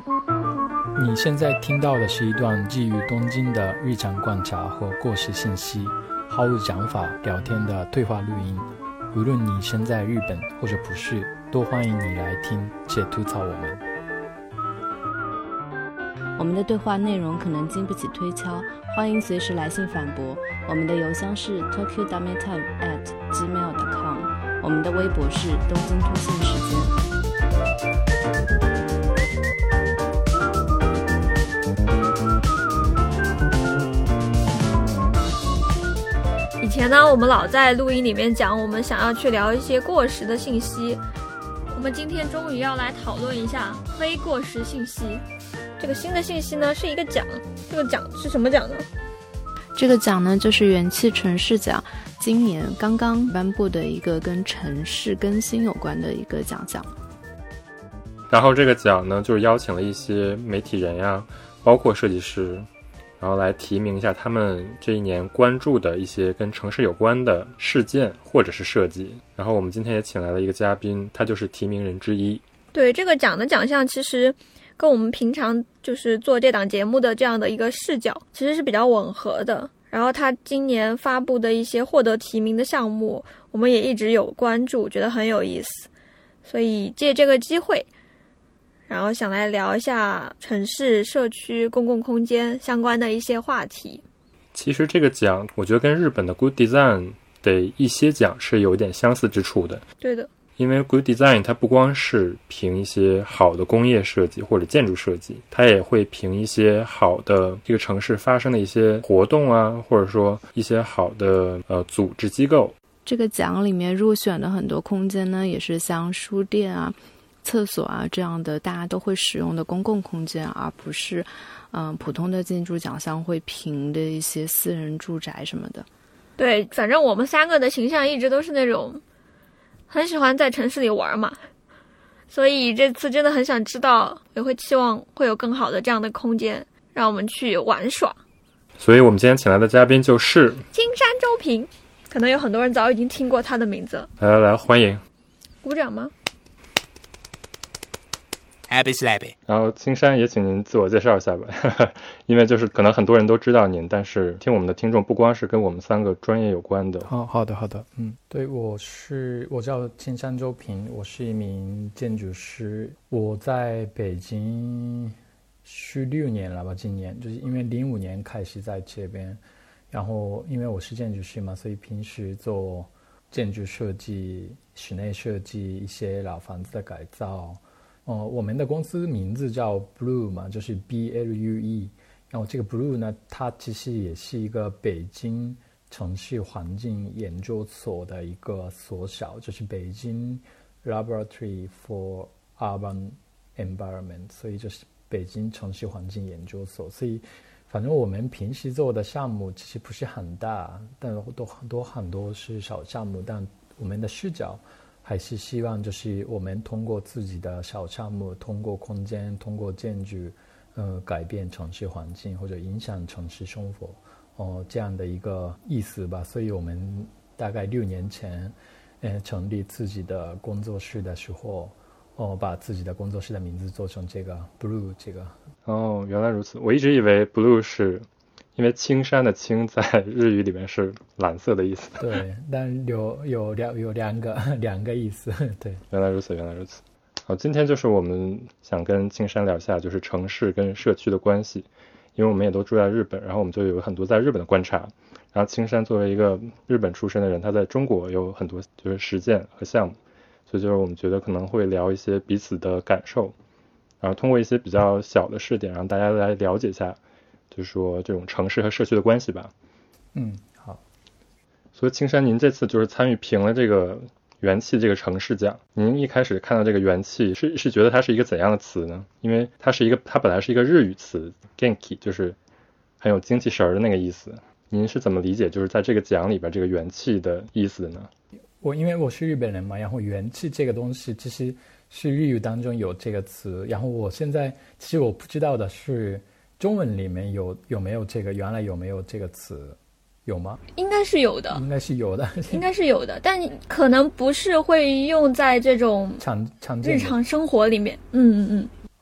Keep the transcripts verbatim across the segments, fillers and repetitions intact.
你现在听到的是一段基于东京的日常观察和过时信息，毫无讲法聊天的对话录音。无论你身在日本或者不是，都欢迎你来听且吐槽我们。 我们的对话内容可能经不起推敲，欢迎随时来信反驳。我们的邮箱是 tokyo dametime at gmail dot com， 我们的微博是东京通信时间。 以前呢，我们老在录音里面讲我们想要去聊一些过时的信息，我们今天终于要来讨论一下非过时信息。这个新的信息呢是一个奖，这个奖是什么奖呢？ 这个奖呢就是元气城市奖，今年刚刚颁布的一个跟城市更新有关的一个奖项。 然后这个奖呢就是邀请了一些媒体人呀，包括设计师，然后来提名一下他们这一年关注的一些跟城市有关的事件或者是设计。然后我们今天也请来了一个嘉宾，他就是提名人之一。 对，这个奖的奖项其实跟我们平常就是做这档节目的这样的一个视角其实是比较吻合的。然后他今年发布的一些获得提名的项目我们也一直有关注，觉得很有意思，所以借这个机会然后想来聊一下城市社区公共空间相关的一些话题。 其实这个奖我觉得跟日本的 Good Design 的一些奖是有一点相似之处的。 对的， 因为 Good Design 它不光是评一些好的工业设计或者建筑设计，它也会评一些好的这个城市发生的一些活动啊，或者说一些好的呃组织机构。 这个奖里面入选的很多空间呢，也是像书店啊、厕所啊这样的大家都会使用的公共空间，而不是嗯、呃、普通的建筑奖项会评的一些私人住宅什么的。 对，反正我们三个的形象一直都是那种很喜欢在城市里玩嘛，所以这次真的很想知道，也会期望会有更好的这样的空间让我们去玩耍。 所以我们今天请来的嘉宾就是青山周平，可能有很多人早已经听过他的名字。 来来来，欢迎， 鼓掌吗？ Happy Slappy。 然后青山也请您自我介绍一下吧因为就是可能很多人都知道您，但是听我们的听众不光是跟我们三个专业有关的。 哦，好的好的，嗯，对，我是我叫青山周平，我是一名建筑师，我在北京十六年了吧，今年就是因为零五年开始在这边，然后因为我是建筑师嘛，所以平时做建筑设计、室内设计、一些老房子的改造。呃，我们的公司名字叫 Blue 嘛，就是 B L U E。然后这个 Blue 呢，它其实也是一个北京城市环境研究所的一个缩小，就是北京 Laboratory for Urban Environment， 所以就是北京城市环境研究所。所以反正我们平时做的项目其实不是很大，但都很多很多是小项目，但我们的视角还是希望就是我们通过自己的小项目，通过空间，通过建筑呃，改变城市环境或者影响城市生活哦、呃，这样的一个意思吧。所以我们大概六年前呃，成立自己的工作室的时候哦、呃，把自己的工作室的名字做成这个 Blue 这个。 哦，原来如此，我一直以为 Blue 是因为青山的青在日语里面是蓝色的意思。 对，但有有两有两个两个意思。对， 原来如此，原来如此。好，今天就是我们想跟青山聊一下，就是城市跟社区的关系，因为我们也都住在日本，然后我们就有很多在日本的观察。然后青山作为一个日本出身的人，他在中国有很多就是实践和项目，所以就是我们觉得可能会聊一些彼此的感受，然后通过一些比较小的试点，让大家来了解一下。就是说这种城市和社区的关系吧。 嗯，好。 所以青山您这次就是参与评了这个元气这个城市奖，您一开始看到这个元气是是觉得它是一个怎样的词呢？因为它是一个它本来是一个日语词 genki， 就是很有精气神的那个意思。您是怎么理解就是在这个奖里边这个元气的意思的呢？ 我因为我是日本人嘛，然后元气这个东西其实是日语当中有这个词，然后我现在其实我不知道的是中文里面有有没有这个，原来有没有这个词，有吗？ 应该是有的， 应该是有的， 应该是有的，但可能不是会用在这种常常见日常生活里面。嗯嗯嗯。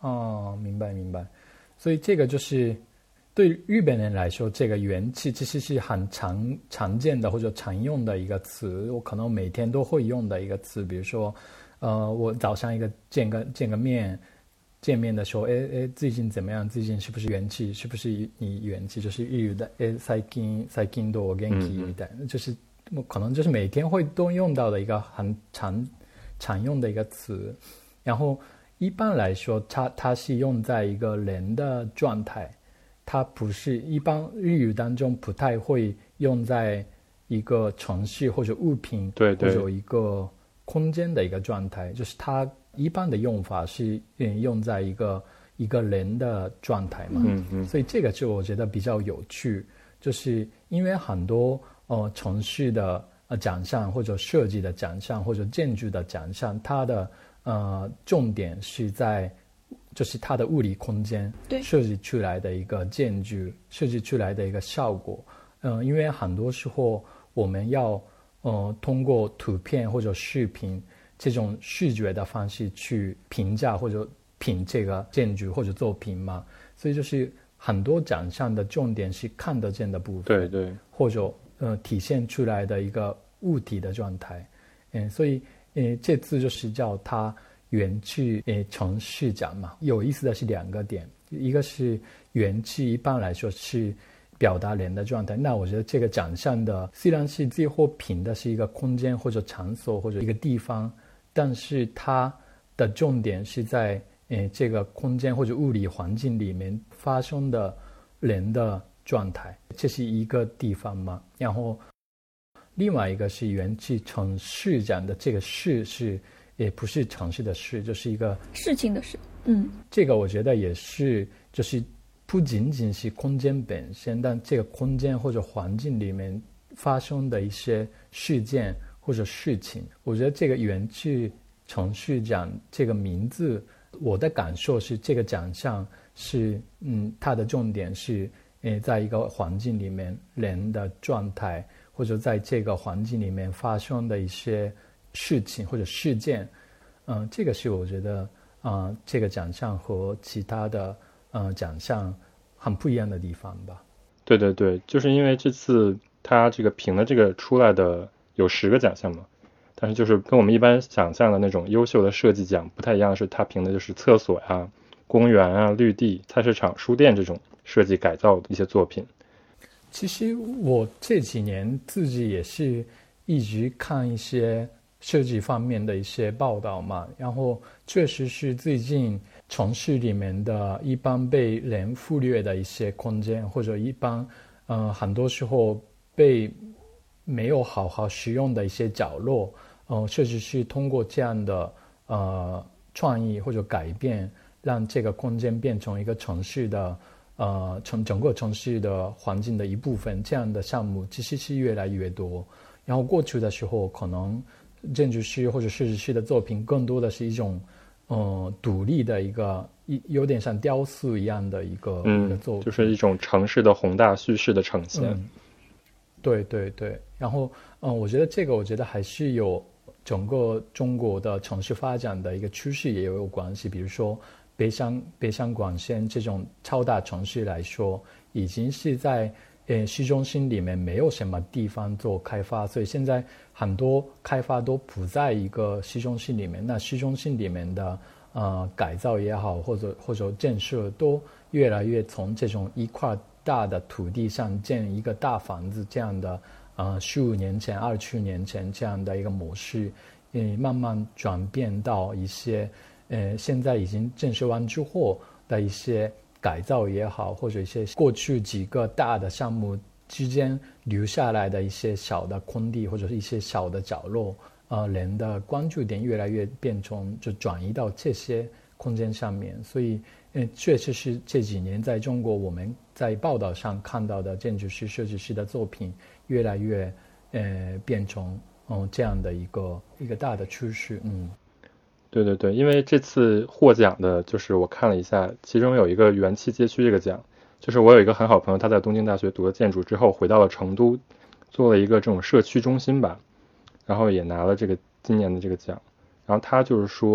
哦，明白明白。所以这个就是对日本人来说，这个元气其实是很常常见的或者常用的一个词，我可能每天都会用的一个词。比如说，呃，我早上一个见个见个面，见面的时候，哎哎，最近怎么样？最近是不是元气？是不是你元气？就是日语的哎，最近最近どう元気みたいな，就是可能就是每天会都用到的一个很常常用的一个词。然后一般来说，它它是用在一个人的状态。它不是一般日语当中不太会用在一个城市或者物品， 对对， 或者一个空间的一个状态，就是它一般的用法是用在一个一个人的状态嘛。 嗯嗯， 所以这个就我觉得比较有趣，就是因为很多呃城市的呃奖项或者设计的奖项或者建筑的奖项，它的呃重点是在。就是它的物理空间设计出来的一个建筑，设计出来的一个效果。嗯、呃，因为很多时候我们要呃通过图片或者视频这种视觉的方式去评价或者品这个建筑或者作品嘛，所以就是很多奖项的重点是看得见的部分， 对对， 或者呃体现出来的一个物体的状态。嗯，所以呃这次就是叫它。元气诶城市奖嘛，有意思的是两个点，一个是元气一般来说是表达人的状态，那我觉得这个奖项的虽然是最后评的是一个空间或者场所或者一个地方，但是它的重点是在诶这个空间或者物理环境里面发生的人的状态，这是一个地方嘛。然后另外一个是元气城市奖的，这个市是也不是城市的事，就是一个事情的事。嗯， 这个我觉得也是，就是不仅仅是空间本身，但这个空间或者环境里面发生的一些事件或者事情，我觉得这个元气城市奖这个名字，我的感受是这个奖项是，嗯，它的重点是，呃，在一个环境里面人的状态，或者在这个环境里面发生的一些。事情或者事件，嗯、呃，这个是我觉得啊、呃，这个奖项和其他的呃奖项很不一样的地方吧。 对对对，就是因为这次他这个评的这个出来的有十个奖项嘛，但是就是跟我们一般想象的那种优秀的设计奖不太一样，是他评的就是厕所啊、公园啊、绿地、菜市场、书店这种设计改造的一些作品。 其实我这几年自己也是一直看一些。设计方面的一些报道嘛，然后确实是最近城市里面的一般被人忽略的一些空间，或者一般呃很多时候被没有好好使用的一些角落，呃，设计师通过这样的呃创意或者改变，让这个空间变成一个城市的呃整整个城市的环境的一部分，这样的项目其实是越来越多。然后过去的时候可能。建筑师或者设计师的作品更多的是一种，呃，独立的一个，一有点像雕塑一样的一个、 嗯、 一个作品， 就是一种城市的宏大叙事的呈现。 嗯、对对对，然后，嗯、呃，我觉得这个，我觉得还是有整个中国的城市发展的一个趋势也有关系。比如说北上北上广深这种超大城市来说，已经是在。呃，市中心里面没有什么地方做开发，所以现在很多开发都不在一个市中心里面。那市中心里面的呃改造也好，或者或者建设都越来越从这种一块大的土地上建一个大房子这样的呃十五年前、二十年前这样的一个模式，嗯，慢慢转变到一些呃现在已经建设完之后的一些。改造也好，或者一些过去几个大的项目之间留下来的一些小的空地，或者是一些小的角落，呃，人的关注点越来越变成就转移到这些空间上面。所以，呃，确实是这几年在中国我们在报道上看到的建筑师、设计师的作品越来越，呃，变成嗯、呃、这样的一个一个大的趋势，嗯。 对对对，因为这次获奖的就是我看了一下，其中有一个元气街区这个奖，就是我有一个很好朋友，他在东京大学读了建筑之后回到了成都，做了一个这种社区中心吧，然后也拿了这个今年的这个奖。然后他就是说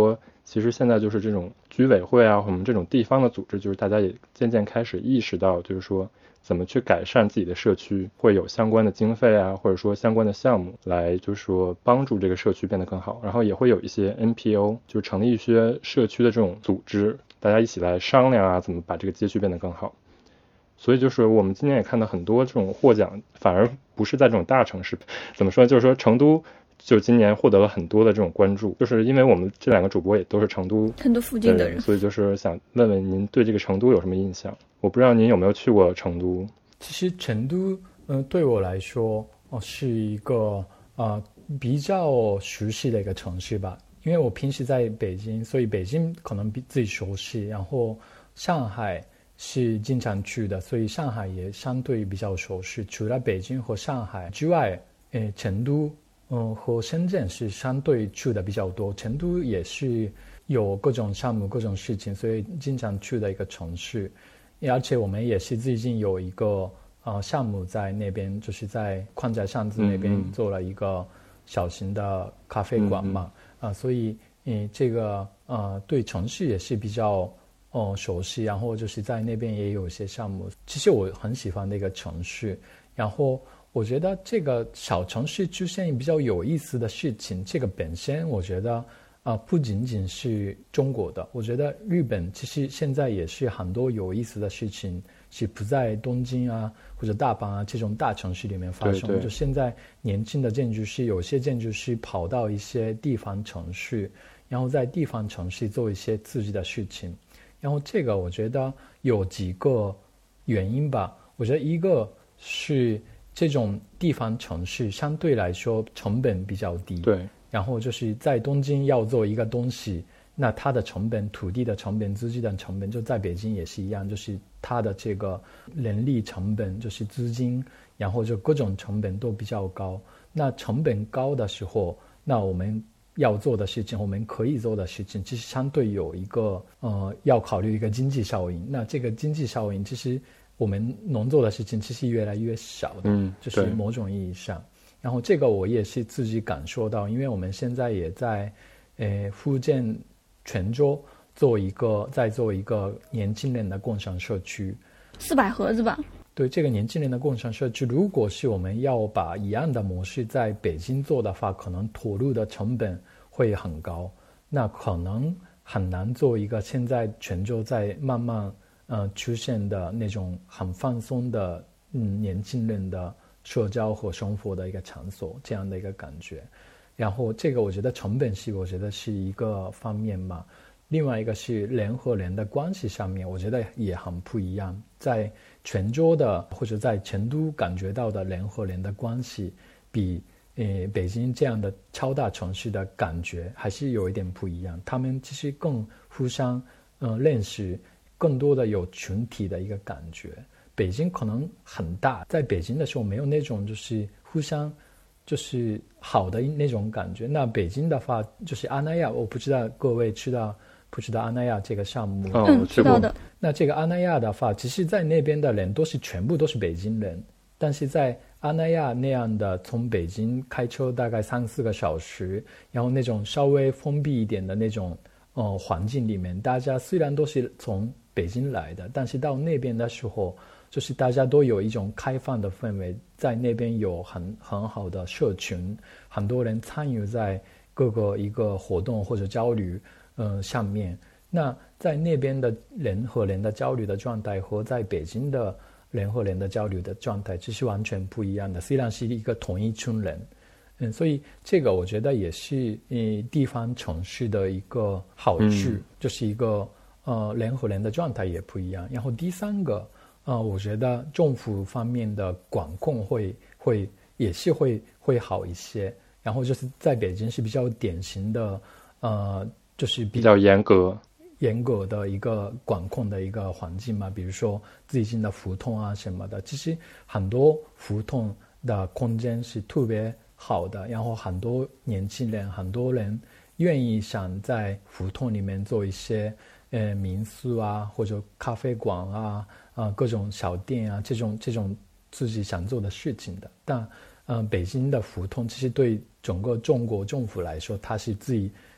其实现在就是这种居委会啊，我们这种地方的组织，就是大家也渐渐开始意识到，就是说怎么去改善自己的社区，会有相关的经费啊，或者说相关的项目来就是说帮助这个社区变得更好。然后也会有一些 N P O， 就成立一些社区的这种组织，大家一起来商量啊，怎么把这个街区变得更好。所以就是我们今年也看到很多这种获奖，反而不是在这种大城市，怎么说，就是说成都就今年获得了很多的这种关注，就是因为我们这两个主播也都是成都成都附近的人， 所以就是想问问您对这个成都有什么印象？我不知道您有没有去过成都。 其实成都，嗯、呃，对我来说，哦、呃，是一个呃比较熟悉的一个城市吧。因为我平时在北京，所以北京可能比自己熟悉。然后上海是经常去的，所以上海也相对比较熟悉。除了北京和上海之外，呃，成都。嗯，和深圳是相对去的比较多，成都也是有各种项目、各种事情，所以经常去的一个城市。而且我们也是最近有一个呃项目在那边，就是在宽窄巷子那边做了一个小型的咖啡馆嘛，啊、嗯呃，所以嗯，这个呃对城市也是比较哦、呃、熟悉，然后就是在那边也有一些项目。其实我很喜欢那个城市，然后。我觉得这个小城市出现比较有意思的事情，这个本身我觉得啊、呃、不仅仅是中国的，我觉得日本其实现在也是很多有意思的事情是不在东京啊或者大阪啊这种大城市里面发生。 对对， 就现在年轻的建筑师，有些建筑师跑到一些地方城市，然后在地方城市做一些自己的事情。然后这个我觉得有几个原因吧，我觉得一个是这种地方城市相对来说成本比较低， 对。 然后就是在东京要做一个东西，那它的成本、土地的成本、资金的成本，就在北京也是一样，就是它的这个人力成本，就是资金，然后就各种成本都比较高。那成本高的时候，那我们要做的事情，我们可以做的事情，其实相对有一个呃要考虑一个经济效应。那这个经济效应其实。我们能做的事情其实越来越少的， 嗯， 就是某种意义上。然后这个我也是自己感受到，因为我们现在也在，呃，福建泉州做一个，在做一个年轻人的共享社区， 四百盒子吧。 对，这个年轻人的共享社区，如果是我们要把一样的模式在北京做的话，可能投入的成本会很高，那可能很难做一个现在泉州在慢慢。呃，出现的那种很放松的，嗯，年轻人的社交和生活的一个场所，这样的一个感觉。然后这个我觉得成本是，我觉得是一个方面嘛。另外一个是人和人的关系上面，我觉得也很不一样。在泉州的或者在成都感觉到的人和人的关系，比呃北京这样的超大城市的感觉还是有一点不一样。他们其实更互相呃认识。更多的有群体的一个感觉，北京可能很大，在北京的时候没有那种就是互相就是好的那种感觉。那北京的话，就是阿那亚，我不知道各位知道不知道阿那亚这个项目？ 嗯，知道的。 那这个阿那亚的话，其实在那边的人都是全部都是北京人，但是在阿那亚那样的从北京开车大概三四个小时，然后那种稍微封闭一点的那种呃环境里面，大家虽然都是从北京来的，但是到那边的时候，就是大家都有一种开放的氛围，在那边有很很好的社群，很多人参与在各个一个活动或者交流呃上面。那在那边的人和人的交流的状态和在北京的人和人的交流的状态其实完全不一样的，虽然是一个同一群人。嗯，所以这个我觉得也是呃地方城市的一个好处，嗯、就是一个呃人和人的状态也不一样。然后第三个呃，我觉得政府方面的管控会会也是会会好一些。然后就是在北京是比较典型的呃，就是比, 比较严格严格的一个管控的一个环境嘛，比如说最近的胡同啊什么的，其实很多胡同的空间是特别好的，然后很多年轻人很多人愿意想在胡同里面做一些呃民宿啊或者咖啡馆啊啊、呃、各种小店啊这种这种自己想做的事情的。但呃北京的胡同其实对整个中国政府来说它是最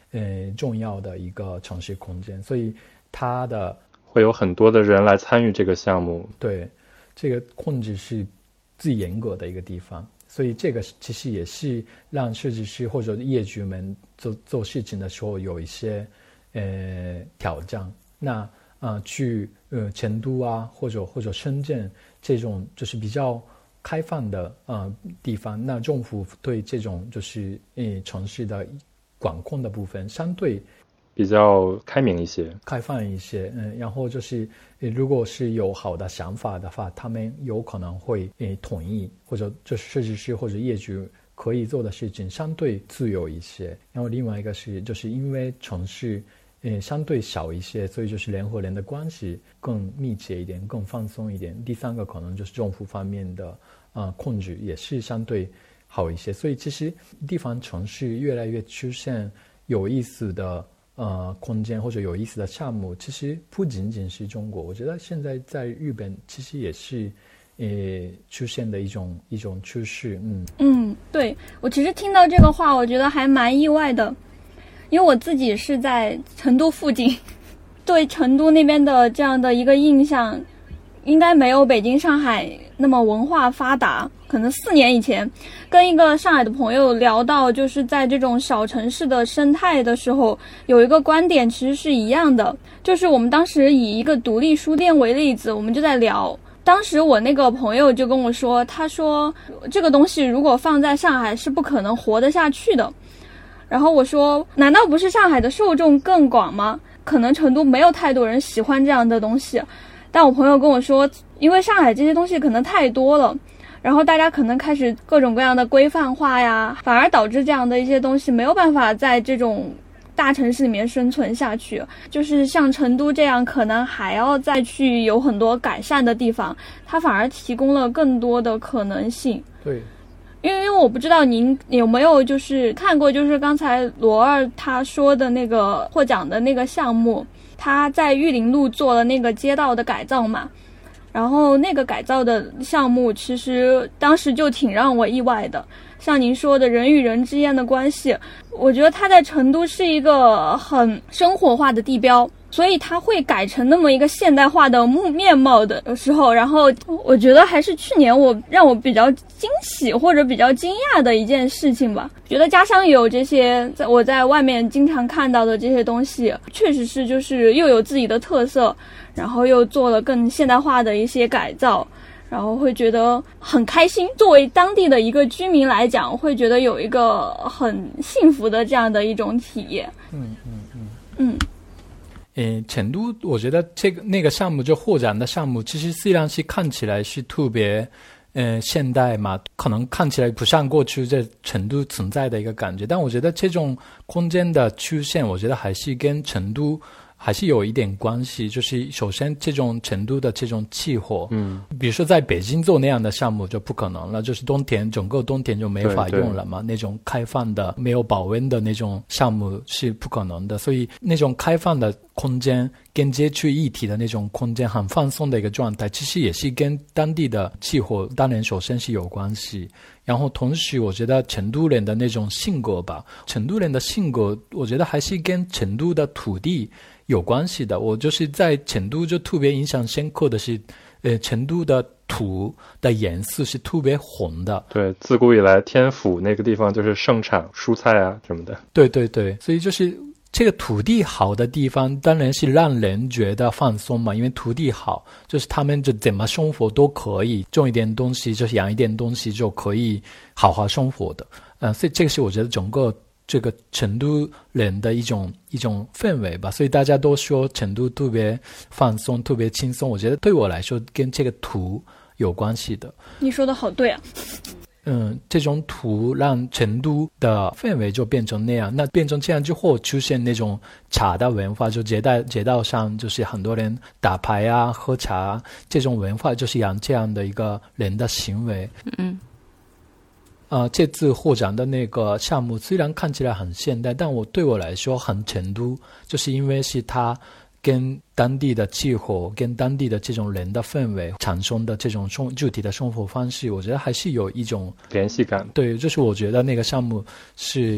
呃重要的一个城市空间，所以它的会有很多的人来参与这个项目。 对，这个控制是最严格的一个地方，所以这个其实也是让设计师或者业主们做做事情的时候有一些呃挑战。那呃去呃成都啊或者或者深圳这种就是比较开放的呃地方，那政府对这种就是呃城市的管控的部分相对比较开明一些， 开放一些，嗯，然后就是如果是有好的想法的话，他们有可能会诶同意，或者就是设计师或者业主可以做的事情相对自由一些。然后另外一个是就是因为城市呃相对小一些，所以就是人和人的关系更密切一点，更放松一点。第三个可能就是政府方面的呃控制也是相对好一些。所以其实地方城市越来越出现有意思的呃空间或者有意思的项目，其实不仅仅是中国，我觉得现在在日本其实也是呃出现的一种一种趋势。嗯嗯，对，我其实听到这个话我觉得还蛮意外的，因为我自己是在成都附近，对成都那边的这样的一个印象应该没有北京上海那么文化发达。可能四年以前跟一个上海的朋友聊到就是在这种小城市的生态的时候，有一个观点其实是一样的，就是我们当时以一个独立书店为例子，我们就在聊，当时我那个朋友就跟我说，他说这个东西如果放在上海是不可能活得下去的。然后我说难道不是上海的受众更广吗？可能成都没有太多人喜欢这样的东西。但我朋友跟我说，因为上海这些东西可能太多了，然后大家可能开始各种各样的规范化呀，反而导致这样的一些东西没有办法在这种大城市里面生存下去。就是像成都这样可能还要再去有很多改善的地方，它反而提供了更多的可能性。 对， 因为我不知道您有没有就是看过，就是刚才罗二他说的那个获奖的那个项目，他在玉林路做了那个街道的改造嘛，然后那个改造的项目其实当时就挺让我意外的。像您说的人与人之间的关系，我觉得它在成都是一个很生活化的地标，所以它会改成那么一个现代化的面貌的时候，然后我觉得还是去年我让我比较惊喜或者比较惊讶的一件事情吧。觉得家乡也有这些在我在外面经常看到的这些东西，确实是就是又有自己的特色，然后又做了更现代化的一些改造，然后会觉得很开心。作为当地的一个居民来讲，会觉得有一个很幸福的这样的一种体验。 嗯嗯嗯嗯。 呃，成都，我觉得这个那个项目就获奖的项目，其实虽然是看起来是特别呃现代嘛，可能看起来不像过去在成都存在的一个感觉，但我觉得这种空间的出现，我觉得还是跟成都还是有一点关系。就是首先这种成都的这种气候，嗯，比如说在北京做那样的项目就不可能了，就是冬天整个冬天就没法用了嘛，那种开放的没有保温的那种项目是不可能的。所以那种开放的空间跟街区一体的那种空间很放松的一个状态，其实也是跟当地的气候当然首先是有关系。然后同时我觉得成都人的那种性格吧，成都人的性格我觉得还是跟成都的土地有关系的。我就是在成都就特别印象深刻的是呃，成都的土的颜色是特别红的。 对，自古以来天府那个地方就是盛产蔬菜啊什么的。 对对对，所以就是这个土地好的地方当然是让人觉得放松嘛，因为土地好就是他们就怎么生活都可以，种一点东西就是养一点东西就可以好好生活的。呃，所以这个是我觉得整个这个成都人的一种一种氛围吧。所以大家都说成都特别放松特别轻松，我觉得对我来说跟这个土有关系的。 你说的好对啊。 嗯，这种土让成都的氛围就变成那样，那变成这样之后出现那种茶的文化，就街道街道上就是很多人打牌啊喝茶啊，这种文化就是养这样的一个人的行为。 嗯， 呃，这次获奖的那个项目虽然看起来很现代，但我对我来说很成都，就是因为是它跟当地的气候跟当地的这种人的氛围产生的这种生具体的生活方式，我觉得还是有一种联系感。 对，就是我觉得那个项目是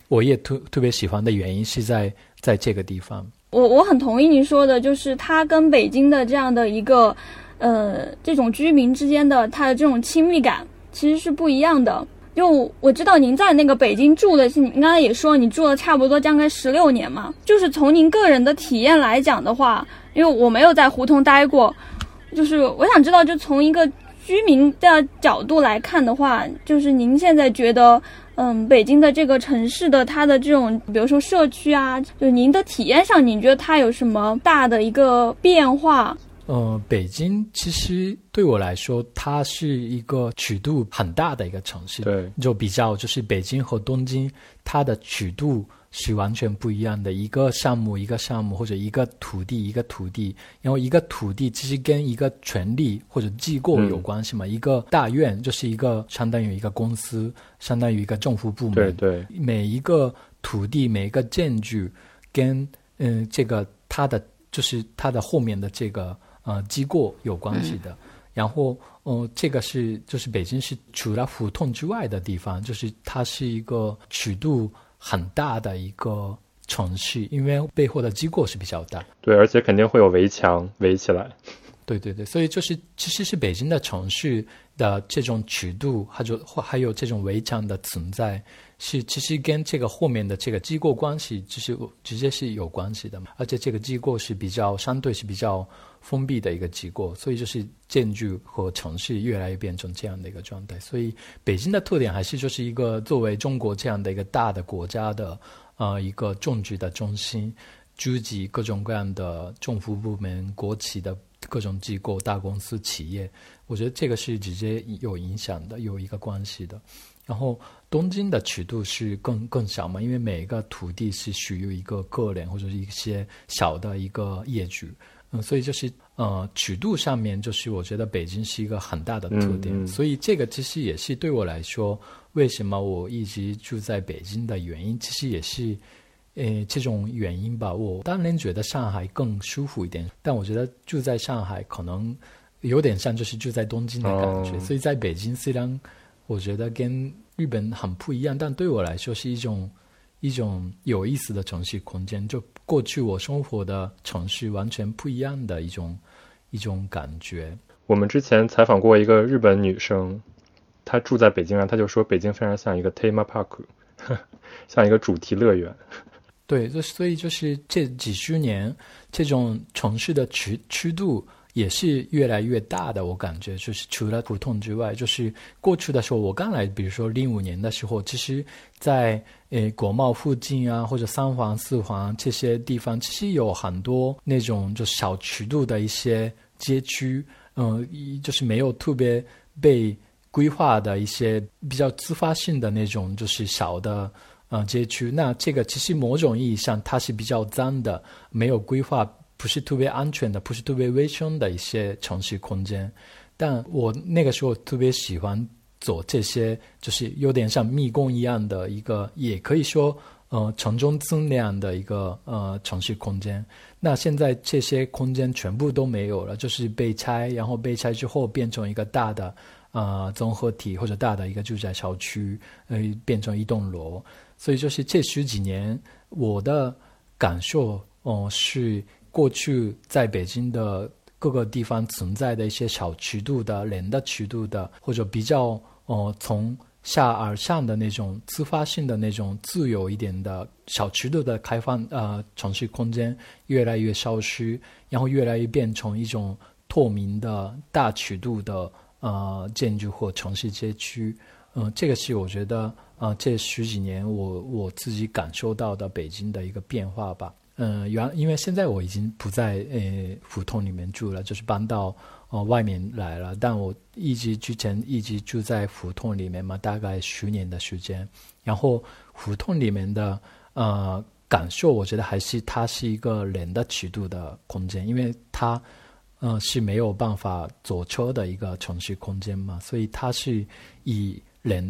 我也特特别喜欢的原因是在在这个地方。 我我很同意你说的，就是它跟北京的这样的一个呃这种居民之间的它的这种亲密感其实是不一样的。就我知道您在那个北京住的，您刚才也说你住了差不多将近十六年嘛，就是从您个人的体验来讲的话，因为我没有在胡同待过，就是我想知道，就从一个居民的角度来看的话，就是您现在觉得嗯，北京的这个城市的它的这种比如说社区啊，就您的体验上，您觉得它有什么大的一个变化？ 呃，北京其实对我来说，它是一个尺度很大的一个城市。 对， 就比较就是北京和东京，它的尺度是完全不一样的。一个项目一个项目，或者一个土地一个土地，然后一个土地其实跟一个权力或者机构有关系嘛。嗯、一个大院就是一个相当于一个公司，相当于一个政府部门。 对对， 每一个土地每一个建筑跟嗯这个它的就是它的后面的这个。呃，机构有关系的，嗯、然后，呃，这个是就是北京是除了胡同之外的地方，就是它是一个尺度很大的一个城市，因为背后的机构是比较大。 对，而且肯定会有围墙围起来。 对对对，所以就是其实是北京的城市的这种尺度，还有还有这种围墙的存在，是其实跟这个后面的这个机构关系，就是直接是有关系的嘛。而且这个机构是比较相对是比较封闭的一个机构，所以就是建筑和城市越来越变成这样的一个状态。所以北京的特点还是就是一个作为中国这样的一个大的国家的呃一个政治的中心，聚集各种各样的政府部门、国企的各种机构、大公司、企业，我觉得这个是直接有影响的，有一个关系的。然后东京的尺度是更更小嘛，因为每一个土地是属于一个个人或者是一些小的一个业主，嗯，所以就是呃尺度上面，就是我觉得北京是一个很大的特点。嗯嗯，所以这个其实也是对我来说，为什么我一直住在北京的原因，其实也是。呃，这种原因吧，我当然觉得上海更舒服一点，但我觉得住在上海可能有点像就是住在东京的感觉。哦、所以在北京虽然我觉得跟日本很不一样，但对我来说是一种一种有意思的城市空间，就过去我生活的城市完全不一样的一种一种感觉。 我们之前采访过一个日本女生，她住在北京啊，她就说北京非常像一个 theme park， 像一个主题乐园。 对，所以就是这几十年，这种城市的尺尺度也是越来越大的。我感觉就是除了胡同之外，就是过去的时候，我刚来，比如说零五年的时候，其实在呃国贸附近啊，或者三环、四环这些地方，其实有很多那种就小尺度的一些街区，嗯、呃，就是没有特别被规划的一些比较自发性的那种，就是小的。呃，街区，那这个其实某种意义上它是比较脏的，没有规划，不是特别安全的，不是特别卫生的一些城市空间。但我那个时候特别喜欢走这些，就是有点像迷宫一样的一个，也可以说呃城中村那样的一个呃城市空间。那现在这些空间全部都没有了，就是被拆，然后被拆之后变成一个大的呃综合体或者大的一个住宅小区，呃变成一栋楼。所以就是这十几年我的感受，哦、呃，是过去在北京的各个地方存在的一些小尺度的、人的尺度的，或者比较呃从下而上的那种自发性的那种自由一点的小尺度的开放呃城市空间越来越消失，然后越来越变成一种透明的大尺度的呃建筑或城市街区。嗯、呃，这个是我觉得啊、呃，这十几年我我自己感受到的北京的一个变化吧。嗯、呃，原因为现在我已经不在呃胡同里面住了，就是搬到呃外面来了。但我一直之前一直住在胡同里面嘛，大概十年的时间。然后胡同里面的呃感受，我觉得还是它是一个人的尺度的空间，因为它呃是没有办法坐车的一个城市空间嘛，所以它是以人的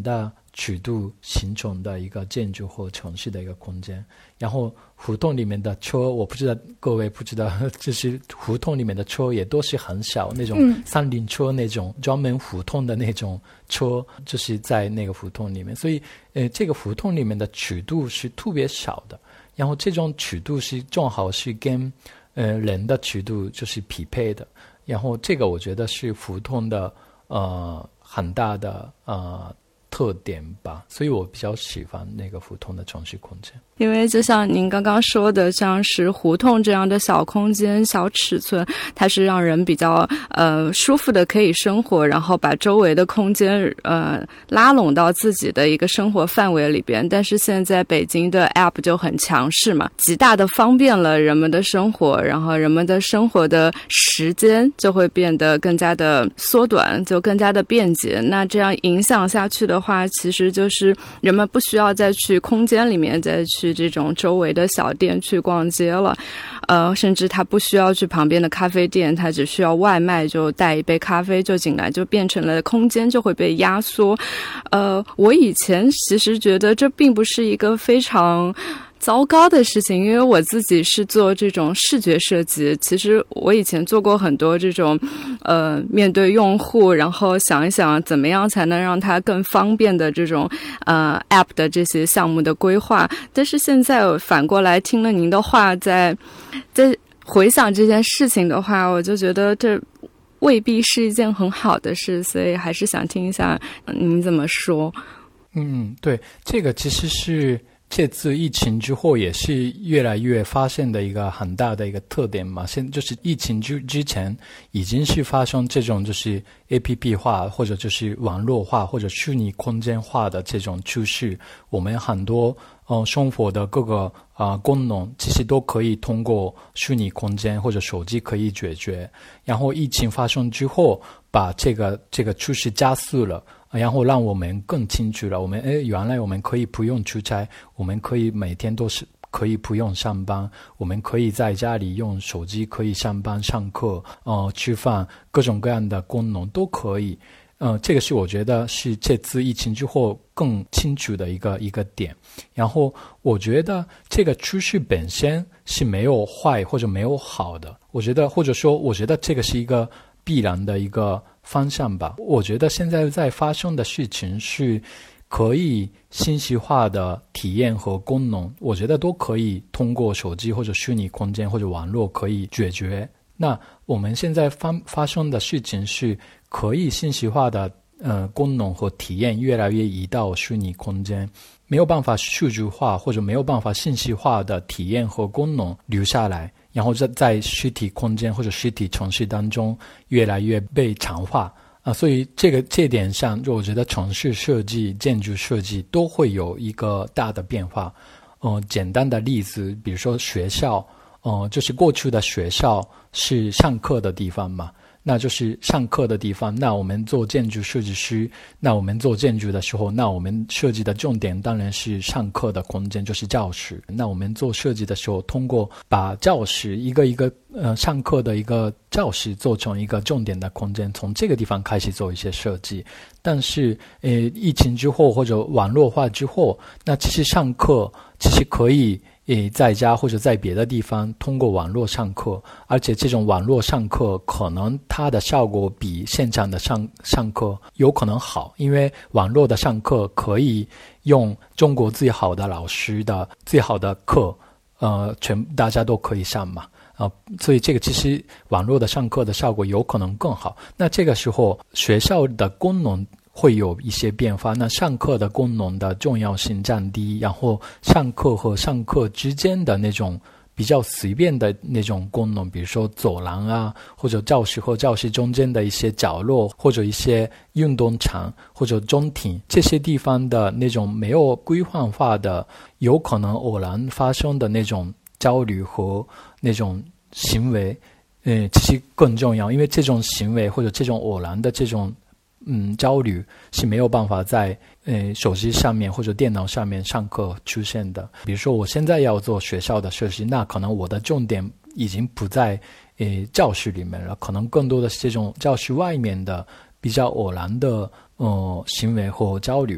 尺度形成的一个建筑或城市的一个空间。然后胡同里面的车，我不知道各位不知道，就是胡同里面的车也都是很小，那种三轮车那种专门胡同的那种车，就是在那个胡同里面。所以呃，这个胡同里面的尺度是特别少的，然后这种尺度是正好是跟呃人的尺度就是匹配的。然后这个我觉得是胡同的呃很大的呃特点吧，所以我比较喜欢那个胡同的城市空间。 因为就像您刚刚说的，像是胡同这样的小空间、小尺寸，它是让人比较呃舒服的可以生活，然后把周围的空间呃拉拢到自己的一个生活范围里边。但是现在北京的 App 就很强势嘛，极大的方便了人们的生活，然后人们的生活的时间就会变得更加的缩短，就更加的便捷。那这样影响下去的话，其实就是人们不需要再去空间里面再去这种周围的小店去逛街了，呃，甚至他不需要去旁边的咖啡店，他只需要外卖就带一杯咖啡就进来，就变成了空间就会被压缩。呃，我以前其实觉得这并不是一个非常糟糕的事情，因为我自己是做这种视觉设计，其实我以前做过很多这种呃面对用户，然后想一想怎么样才能让它更方便的这种呃 App 的这些项目的规划。但是现在反过来听了您的话，在在回想这件事情的话，我就觉得这未必是一件很好的事，所以还是想听一下您怎么说。 嗯，对，这个其实是这次疫情之后也是越来越发现的一个很大的一个特点嘛。现就是疫情之之前已经是发生这种就是 A P P 化或者就是网络化或者虚拟空间化的这种趋势，我们很多呃生活的各个啊、呃、功能其实都可以通过虚拟空间或者手机可以解决。然后疫情发生之后，把这个这个趋势加速了。然后让我们更清楚了，我们诶，原来我们可以不用出差，我们可以每天都是可以不用上班，我们可以在家里用手机可以上班、上课、呃吃饭，各种各样的功能都可以。呃，这个是我觉得是这次疫情之后更清楚的一个一个点。然后我觉得这个趋势本身是没有坏或者没有好的，我觉得或者说我觉得这个是一个必然的一个方向吧。我觉得现在在发生的事情是可以信息化的体验和功能，我觉得都可以通过手机或者虚拟空间或者网络可以解决。那我们现在发发生的事情是可以信息化的呃功能和体验越来越移到虚拟空间，没有办法数据化或者没有办法信息化的体验和功能留下来，然后在在实体空间或者实体城市当中越来越被强化啊，所以这个这点上，就我觉得城市设计、建筑设计都会有一个大的变化。呃，简单的例子，比如说学校，呃，就是过去的学校是上课的地方嘛。那就是上课的地方，那我们做建筑设计师，那我们做建筑的时候，那我们设计的重点当然是上课的空间，就是教室。那我们做设计的时候，通过把教室一个一个呃上课的一个教室做成一个重点的空间，从这个地方开始做一些设计。但是呃疫情之后或者网络化之后，那其实上课其实可以诶，在家或者在别的地方通过网络上课，而且这种网络上课可能它的效果比现场的上上课有可能好，因为网络的上课可以用中国最好的老师的最好的课，呃，全大家都可以上嘛，啊、呃，所以这个其实网络的上课的效果有可能更好。那这个时候学校的功能会有一些变化，那上课的功能的重要性降低，然后上课和上课之间的那种比较随便的那种功能，比如说走廊啊，或者教室和教室中间的一些角落，或者一些运动场或者中庭，这些地方的那种没有规划化的有可能偶然发生的那种交流和那种行为呃，其实更重要，因为这种行为或者这种偶然的这种嗯，交流是没有办法在呃手机上面或者电脑上面上课出现的。比如说我现在要做学校的设计，那可能我的重点已经不在呃教室里面了，可能更多的是这种教室外面的比较偶然的呃行为或交流。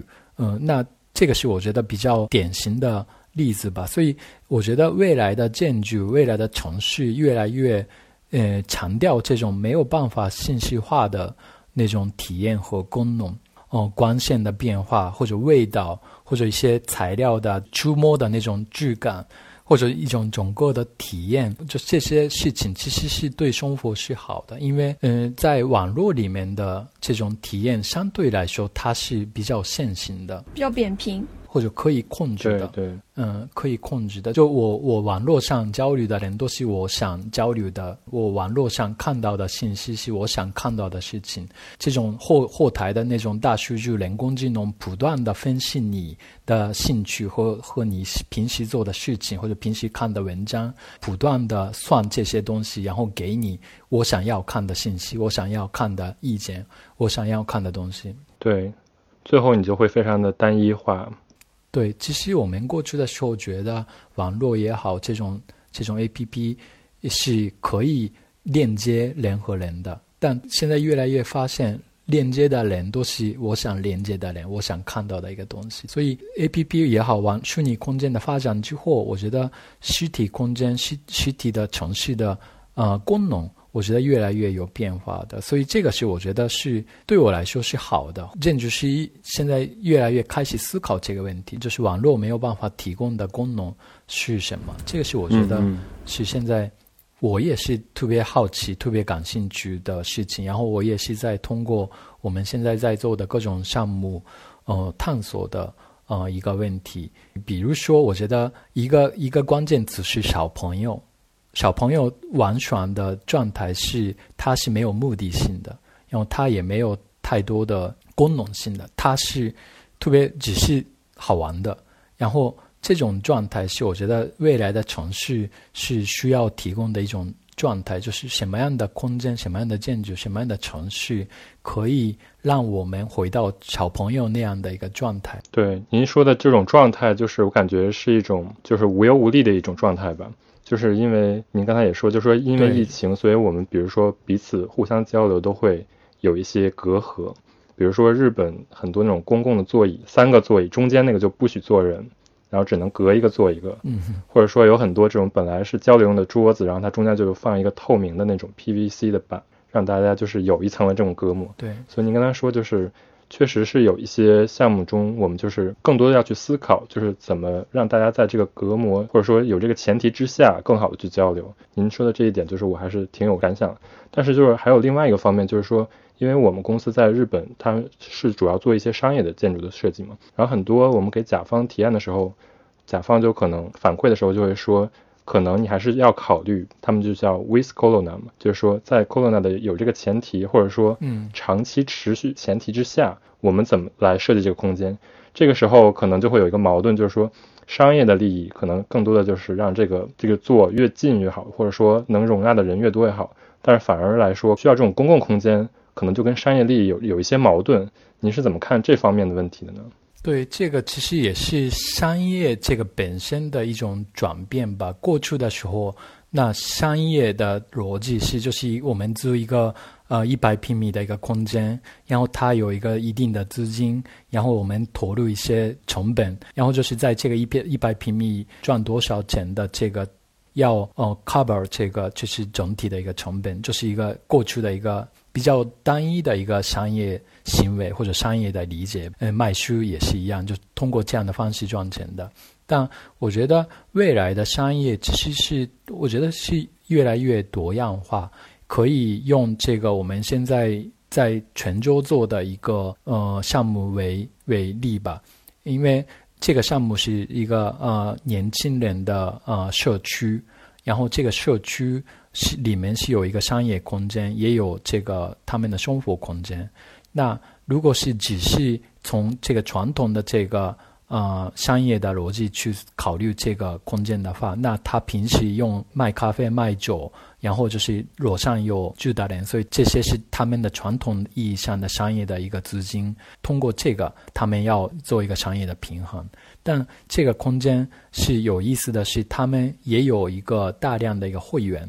嗯、呃，那这个是我觉得比较典型的例子吧。所以我觉得未来的建筑，未来的城市越来越呃强调这种没有办法信息化的那种体验和功能，哦、呃，光线的变化或者味道，或者一些材料的触摸的那种质感，或者一种整个的体验，就这些事情其实是对生活是好的。因为嗯、呃，在网络里面的这种体验相对来说它是比较线性的， 比较扁平， 或者可以控制的。 对对， 嗯，可以控制的。就我我网络上交流的人都是我想交流的，我网络上看到的信息是我想看到的事情。这种后后台的那种大数据人工智能不断的分析你的兴趣和和你平时做的事情或者平时看的文章，不断的算这些东西，然后给你我想要看的信息，我想要看的意见，我想要看的东西。 对，最后你就会非常的单一化。 对，其实我们过去的时候觉得网络也好，这种这种 A P P 是可以链接人和人的，但现在越来越发现链接的人都是我想连接的人，我想看到的一个东西。所以 A P P 也好，玩虚拟空间的发展之后，我觉得实体空间实实体的城市的呃功能，我觉得越来越有变化的。所以这个是我觉得是对我来说是好的。建筑师现在越来越开始思考这个问题，就是网络没有办法提供的功能是什么。这个是我觉得是现在我也是特别好奇特别感兴趣的事情，然后我也是在通过我们现在在做的各种项目呃探索的呃一个问题。比如说我觉得一个一个关键词是小朋友，小朋友玩耍的状态是他是没有目的性的，然后他也没有太多的功能性的，他是特别只是好玩的。然后这种状态是我觉得未来的城市是需要提供的一种状态，就是什么样的空间，什么样的建筑，什么样的城市可以让我们回到小朋友那样的一个状态。 对，您说的这种状态就是我感觉是一种就是无忧无虑的一种状态吧。就是因为您刚才也说，就是说因为疫情，所以我们比如说彼此互相交流都会有一些隔阂。比如说日本很多那种公共的座椅，三个座椅中间那个就不许坐人，然后只能隔一个坐一个。嗯，或者说有很多这种本来是交流用的桌子，然后它中间就放一个透明的那种 P V C 的板，让大家就是有一层的这种隔膜。 对， 所以您刚才说就是确实是有一些项目中我们就是更多的要去思考，就是怎么让大家在这个隔膜或者说有这个前提之下更好的去交流。您说的这一点就是我还是挺有感想。但是就是还有另外一个方面，就是说因为我们公司在日本它是主要做一些商业的建筑的设计嘛，然后很多我们给甲方提案的时候，甲方就可能反馈的时候就会说，可能你还是要考虑，他们就叫 with Corona 嘛，就是说在 Corona 的有这个前提，或者说长期持续前提之下，我们怎么来设计这个空间。这个时候可能就会有一个矛盾，就是说商业的利益可能更多的就是让这个这个座越近越好，或者说能容纳的人越多越好，但是反而来说需要这种公共空间可能就跟商业利益有有一些矛盾。你是怎么看这方面的问题的呢？ 对，这个其实也是商业这个本身的一种转变吧。过去的时候，那商业的逻辑是就是我们租一个呃一百平米的一个空间，然后它有一个一定的资金，然后我们投入一些成本，然后就是在这个一一百平米赚多少钱的这个要呃 cover 这个就是整体的一个成本，就是一个过去的一个比较单一的一个商业行为或者商业的理解。呃，卖书也是一样，就通过这样的方式赚钱的。但我觉得未来的商业其实是我觉得是越来越多样化，可以用这个我们现在在泉州做的一个呃项目为为例吧。因为这个项目是一个呃年轻人的呃社区，然后这个社区是里面是有一个商业空间，也有这个他们的生活空间。那如果是只是从这个传统的这个呃商业的逻辑去考虑这个空间的话，那他平时用卖咖啡卖酒，然后就是楼上有住的人，所以这些是他们的传统意义上的商业的一个资金，通过这个他们要做一个商业的平衡。但这个空间是有意思的是，他们也有一个大量的一个会员，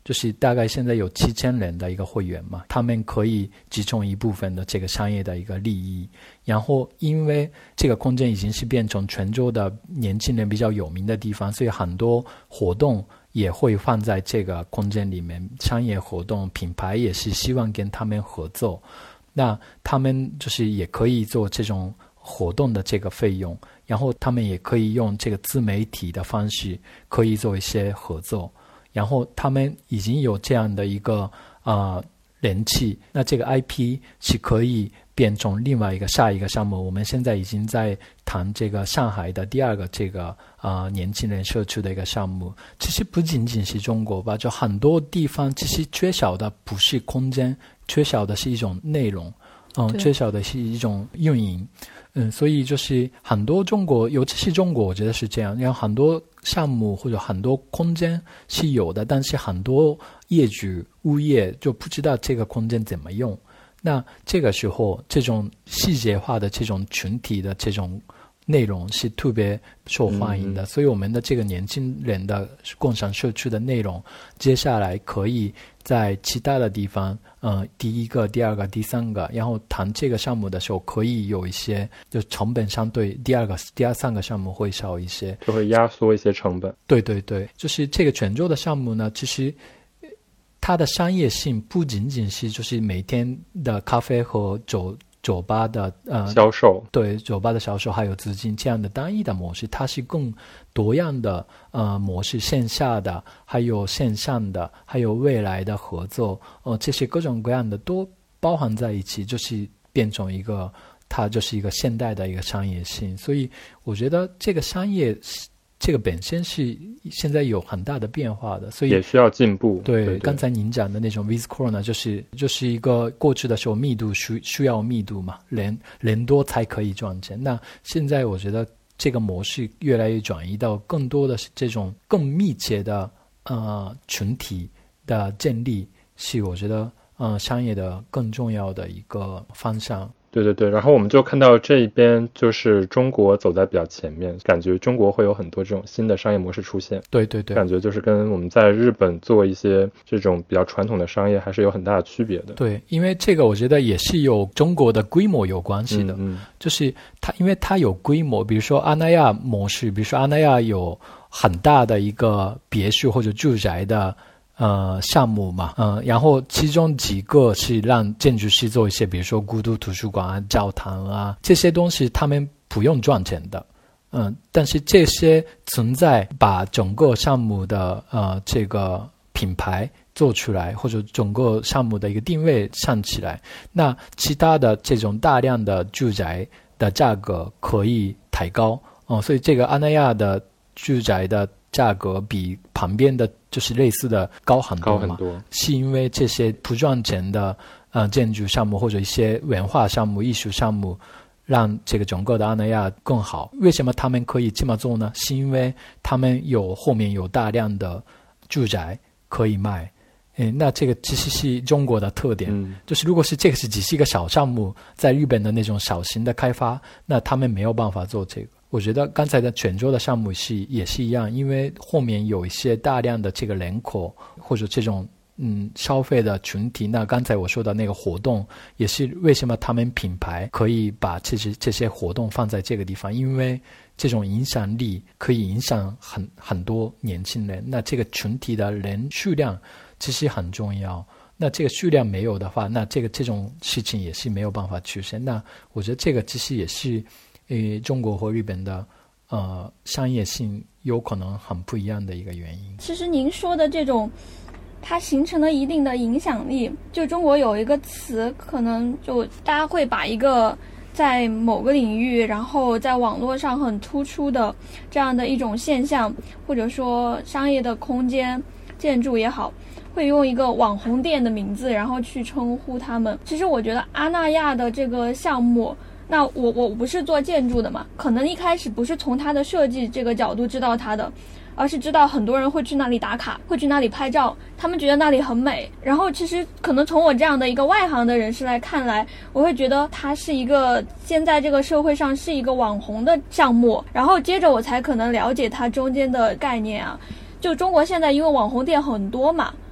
就是大概现在有七千人的一个会员嘛，他们可以集中一部分的这个商业的一个利益，然后因为这个空间已经是变成泉州的年轻人比较有名的地方，所以很多活动也会放在这个空间里面，商业活动品牌也是希望跟他们合作，那他们就是也可以做这种活动的这个费用，然后他们也可以用这个自媒体的方式可以做一些合作，然后他们已经有这样的一个呃人气，那这个 I P 是可以变成另外一个下一个项目。我们现在已经在谈这个上海的第二个这个呃年轻人社区的一个项目。其实不仅仅是中国吧，就很多地方其实缺少的不是空间，缺少的是一种内容，嗯，缺少的是一种运营。嗯，所以就是很多中国，尤其是中国，我觉得是这样，然后很多项目或者很多空间是有的，但是很多业主物业就不知道这个空间怎么用。那这个时候，这种细节化的这种群体的这种内容是特别受欢迎的，嗯、所以我们的这个年轻人的共享社区的内容，接下来可以在其他的地方，呃，第一个、第二个、第三个，然后谈这个项目的时候，可以有一些就成本相对第二个、第二三个项目会少一些， 就会压缩一些成本。 对对对，就是这个泉州的项目呢，其实它的商业性不仅仅是就是每天的咖啡和酒酒吧的呃销售， 对酒吧的销售还有资金这样的单一的模式，它是更多样的呃模式，线下的还有线上的，还有未来的合作，呃这些各种各样的都包含在一起，就是变成一个它就是一个现代的一个商业性。所以我觉得这个商业这个本身是现在有很大的变化的，所以也需要进步。 对， 对对刚才您讲的那种 Vcore 呢，就是就是一个过去的时候密度需需要密度嘛，人人多才可以赚钱。那现在我觉得这个模式越来越转移到更多的是这种更密切的呃群体的建立，是我觉得呃商业的更重要的一个方向。 对对对，然后我们就看到这一边就是中国走在比较前面，感觉中国会有很多这种新的商业模式出现。 对对对， 感觉就是跟我们在日本做一些这种比较传统的商业还是有很大的区别的。 对，因为这个我觉得也是有中国的规模有关系的， 嗯嗯、 就是它因为它有规模，比如说阿那亚模式，比如说阿那亚有很大的一个别墅或者住宅的呃项目嘛，嗯、呃，然后其中几个是让建筑师做一些，比如说孤独图书馆啊、教堂啊这些东西，他们不用赚钱的，嗯、呃，但是这些存在把整个项目的呃这个品牌做出来，或者整个项目的一个定位上起来，那其他的这种大量的住宅的价格可以抬高，哦、呃，所以这个阿那亚的住宅的价格比旁边的就是类似的高很多嘛， 高很多， 是因为这些不赚钱的呃建筑项目或者一些文化项目、艺术项目，让这个整个的阿那亚更好。为什么他们可以这么做呢？是因为他们有后面有大量的住宅可以卖。嗯，那这个其实是中国的特点， 嗯、 就是如果是这个是只是一个小项目，在日本的那种小型的开发，那他们没有办法做这个。我觉得刚才的泉州的项目是也是一样，因为后面有一些大量的这个人口或者这种嗯消费的群体，那刚才我说的那个活动也是为什么他们品牌可以把这些这些活动放在这个地方，因为这种影响力可以影响很很多年轻人，那这个群体的人数量其实很重要。那这个数量没有的话，那这个这种事情也是没有办法出现。那我觉得这个其实也是呃中国和日本的呃商业性有可能很不一样的一个原因。 其实您说的这种它形成了一定的影响力，就中国有一个词，可能就大家会把一个在某个领域然后在网络上很突出的这样的一种现象，或者说商业的空间建筑也好，会用一个网红店的名字然后去称呼他们。其实我觉得阿那亚的这个项目，那我我不是做建筑的嘛，可能一开始不是从它的设计这个角度知道它的，而是知道很多人会去那里打卡，会去那里拍照，他们觉得那里很美。然后其实可能从我这样的一个外行的人士来看来，我会觉得它是一个现在这个社会上是一个网红的项目，然后接着我才可能了解它中间的概念啊。就中国现在因为网红店很多嘛，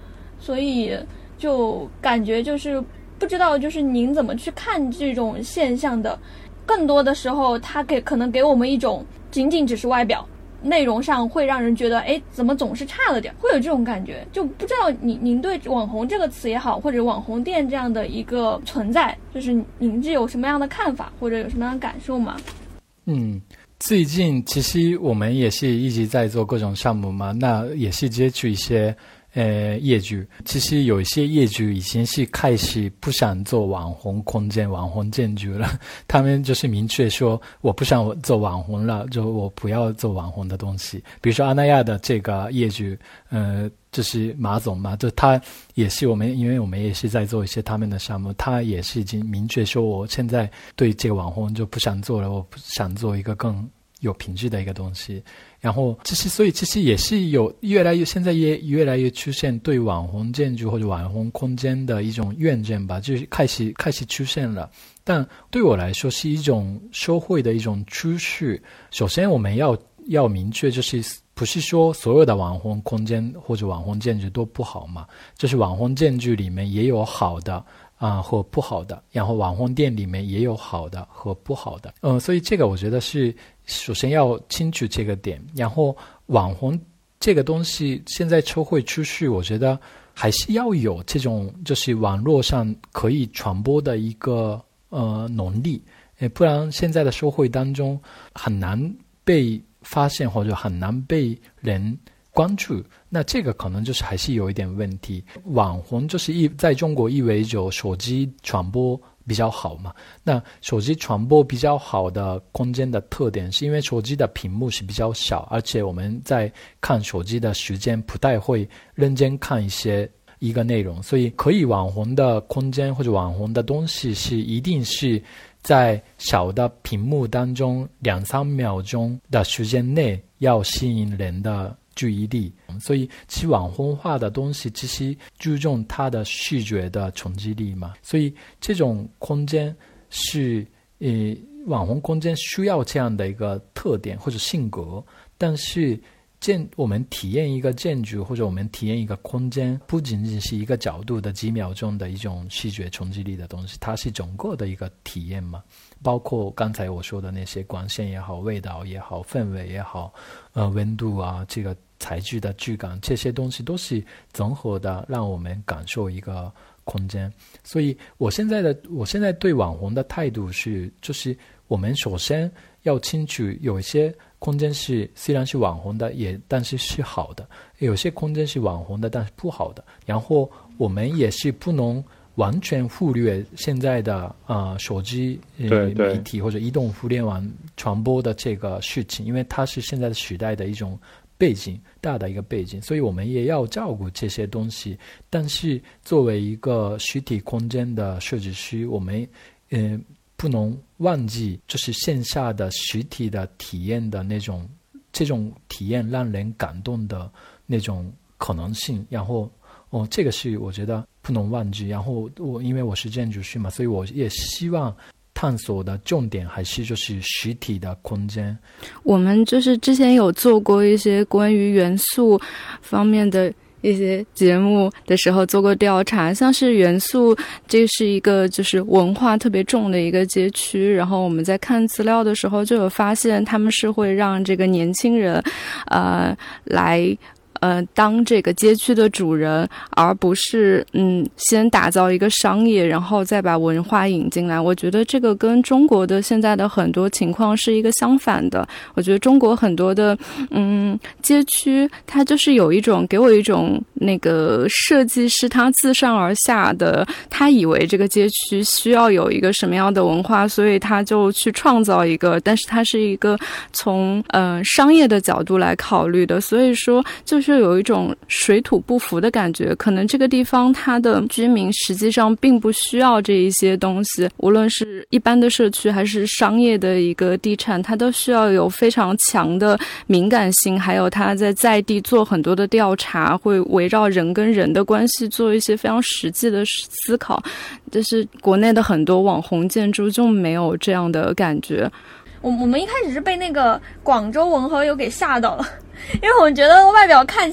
所以就感觉就是不知道就是您怎么去看这种现象的。更多的时候它给可能给我们一种仅仅只是外表，内容上会让人觉得哎怎么总是差了点，会有这种感觉。就不知道您您对网红这个词也好，或者网红店这样的一个存在，就是您是有什么样的看法或者有什么样的感受吗？ 嗯，最近其实我们也是一直在做各种项目嘛，那也是接触一些呃业主。其实有一些业主已经是开始不想做网红空间、网红建筑了，他们就是明确说我不想做网红了，就我不要做网红的东西。比如说阿那亚的这个业主，呃，就是马总嘛，就他也是我们，因为我们也是在做一些他们的项目，他也是已经明确说我现在对这个网红就不想做了，我不想做一个更有品质的一个东西。然后其实所以其实也是有越来越现在也越来越出现对网红建筑或者网红空间的一种怨憎吧，就是开始开始出现了。但对我来说是一种社会的一种趋势。首先我们要要明确，就是不是说所有的网红空间或者网红建筑都不好嘛，就是网红建筑里面也有好的啊、呃、和不好的，然后网红店里面也有好的和不好的。嗯、呃，所以这个我觉得是首先要清楚这个点。然后网红这个东西现在社会趋势，我觉得还是要有这种就是网络上可以传播的一个呃能力，不然现在的社会当中很难被发现或者很难被人关注，那这个可能就是还是有一点问题。网红就是意在中国意味着手机传播比较好嘛，那手机传播比较好的空间的特点是因为手机的屏幕是比较小，而且我们在看手机的时间不太会认真看一些一个内容，所以可以网红的空间或者网红的东西是一定是在小的屏幕当中两三秒钟的时间内要吸引人的注意力。所以其实网红化的东西其实注重它的视觉的冲击力嘛，所以这种空间是呃网红空间需要这样的一个特点或者性格。但是建我们体验一个建筑或者我们体验一个空间，不仅仅是一个角度的几秒钟的一种视觉冲击力的东西，它是整个的一个体验嘛，包括刚才我说的那些光线也好，味道也好，氛围也好，呃，温度啊，这个材质的质感，这些东西都是综合的，让我们感受一个空间。所以我现在的我现在对网红的态度是，就是我们首先要清楚，有一些空间是虽然是网红的，也但是是好的；有些空间是网红的，但是不好的。然后我们也是不能完全忽略现在的呃手机、呃、媒体或者移动互联网传播的这个事情，因为它是现在的时代的一种背景，大的一个背景，所以我们也要照顾这些东西。但是作为一个实体空间的设计师，我们嗯、呃、不能忘记就是线下的实体的体验的那种，这种体验让人感动的那种可能性。然后哦，这个是我觉得不能忘记。然后我因为我是建筑师嘛，所以我也希望探索的重点还是就是实体的空间。 我们就是之前有做过一些关于元素方面的一些节目的时候做过调查，像是元素这是一个就是文化特别重的一个街区，然后我们在看资料的时候就有发现他们是会让这个年轻人呃来呃，当这个街区的主人，而不是嗯，先打造一个商业，然后再把文化引进来。我觉得这个跟中国的现在的很多情况是一个相反的。我觉得中国很多的嗯街区，它就是有一种给我一种那个设计师他自上而下的，他以为这个街区需要有一个什么样的文化，所以他就去创造一个，但是它是一个从呃商业的角度来考虑的，所以说就是就有一种水土不服的感觉。可能这个地方它的居民实际上并不需要这一些东西，无论是一般的社区还是商业的一个地产，它都需要有非常强的敏感性，还有它在在地做很多的调查，会围绕人跟人的关系做一些非常实际的思考。但是国内的很多网红建筑就没有这样的感觉。 我我们一开始是被那个广州文和友给吓到了，因为我觉得外表看起来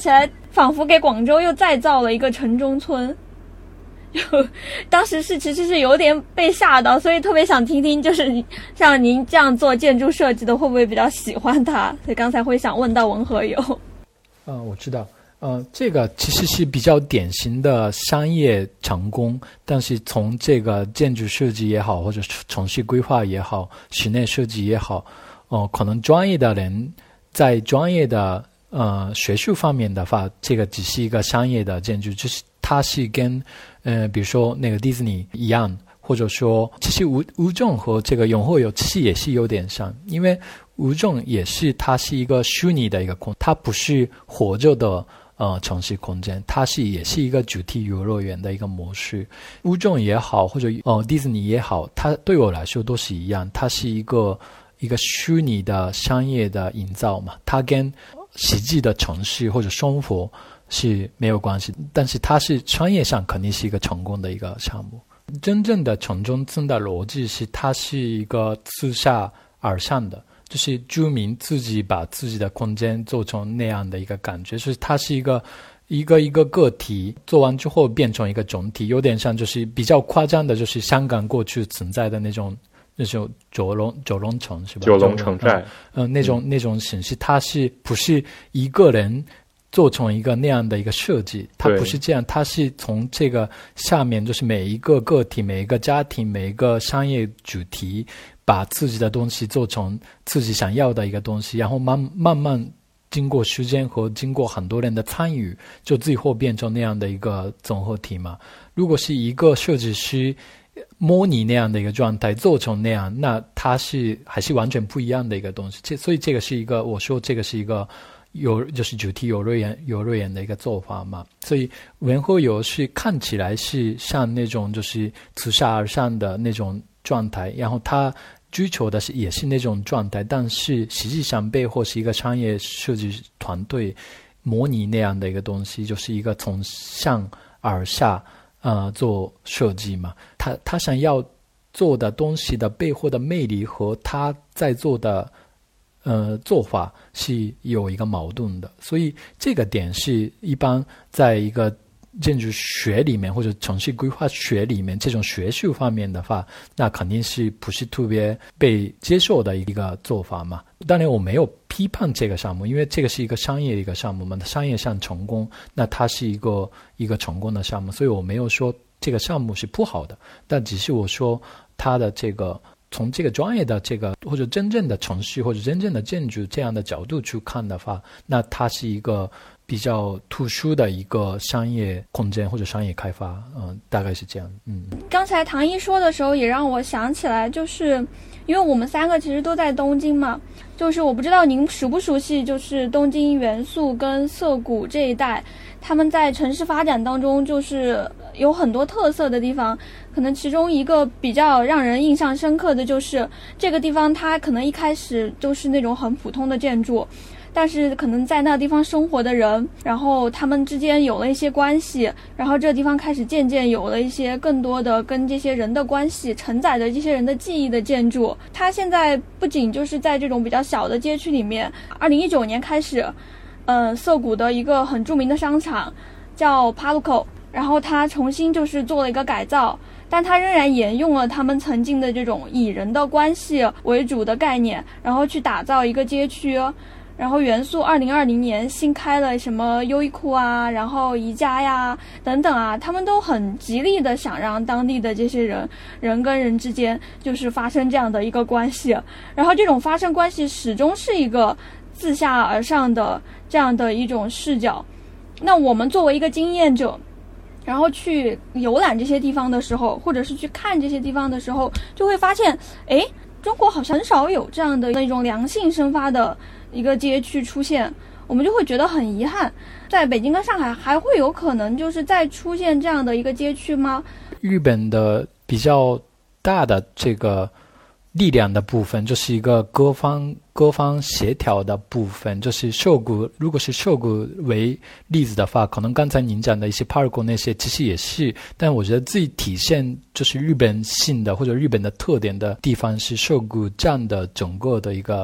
仿佛给广州又再造了一个城中村。就当时是其实是有点被吓到，所以特别想听听，就是像您这样做建筑设计的，会不会比较喜欢它？所以刚才会想问到文和友。 嗯，我知道。呃，这个其实是比较典型的商业成功，但是从这个建筑设计也好，或者城市规划也好，室内设计也好，哦、呃，可能专业的人在专业的呃学术方面的话，这个只是一个商业的建筑，就是它是跟呃比如说那个迪士尼一样，或者说其实吴吴仲和这个永和友其实也是有点像，因为吴仲也是它是一个虚拟的一个空，它不是活着的。呃，城市空间，它是也是一个主题游乐园的一个模式。乌仲也好，或者呃迪士尼也好，它对我来说都是一样，它是一个一个虚拟的商业的营造嘛，它跟实际的城市或者生活是没有关系，但是它是商业上肯定是一个成功的一个项目。真正的城中村的逻辑是，它是一个自下而上的。就是居民自己把自己的空间做成那样的一个感觉，就是它是一个一个一个个体做完之后变成一个总体，有点像就是比较夸张的，就是香港过去存在的那种那种九龙九龙城是吧？ 九龙城寨， 嗯、呃，那种、嗯、那种形式，它是不是一个人做成一个那样的一个设计？它不是这样，它是从这个下面，就是每一个个体、每一个家庭、每一个商业主题。把自己的东西做成自己想要的一个东西，然后慢慢慢经过时间和经过很多人的参与，就最后变成那样的一个综合体嘛。如果是一个设计师模拟那样的一个状态做成那样，那它是还是完全不一样的一个东西。这所以这个是一个，我说这个是一个有就是主题游乐园游乐园的一个做法嘛。所以文和友是看起来是像那种就是自下而上的那种状态，然后它追求的是也是那种状态，但是实际上背后是一个商业设计团队模拟那样的一个东西，就是一个从上而下呃做设计嘛。他他想要做的东西的背后的魅力和他在做的呃做法是有一个矛盾的，所以这个点是一般在一个建筑学里面或者城市规划学里面这种学术方面的话，那肯定是不是特别被接受的一个做法嘛。当然我没有批判这个项目，因为这个是一个商业的一个项目嘛，商业上成功，那它是一个一个成功的项目，所以我没有说这个项目是不好的，但只是我说它的这个从这个专业的这个或者真正的城市或者真正的建筑这样的角度去看的话，那它是一个比较特殊的一个商业空间或者商业开发，嗯、呃，大概是这样。嗯， 刚才唐一说的时候，也让我想起来，就是因为我们三个其实都在东京嘛，就是我不知道您熟不熟悉，就是东京元素跟涩谷这一带，他们在城市发展当中就是有很多特色的地方。可能其中一个比较让人印象深刻的就是这个地方，它可能一开始都是那种很普通的建筑。但是可能在那个地方生活的人，然后他们之间有了一些关系，然后这个地方开始渐渐有了一些更多的跟这些人的关系承载着这些人的记忆的建筑。它现在不仅就是在这种比较小的街区里面，二零一九年开始呃，涩谷的一个很著名的商场叫 Paluco， 然后它重新就是做了一个改造，但它仍然沿用了他们曾经的这种以人的关系为主的概念，然后去打造一个街区。然后元素二零二零年新开了什么优衣库啊，然后宜家呀等等啊，他们都很极力的想让当地的这些人人跟人之间就是发生这样的一个关系，然后这种发生关系始终是一个自下而上的这样的一种视角。那我们作为一个经验者，然后去游览这些地方的时候，或者是去看这些地方的时候，就会发现，诶，中国好像很少有这样的那种良性生发的一个街区出现，我们就会觉得很遗憾。在北京跟上海还会有可能就是再出现这样的一个街区吗？ 日本的比较大的这个力量的部分，就是一个各方各方协调的部分，就是涩谷，如果是涩谷为例子的话，可能刚才您讲的一些 Paluco 那些其实也是，但我觉得最体现就是日本性的或者日本的特点的地方是涩谷站的整个的一个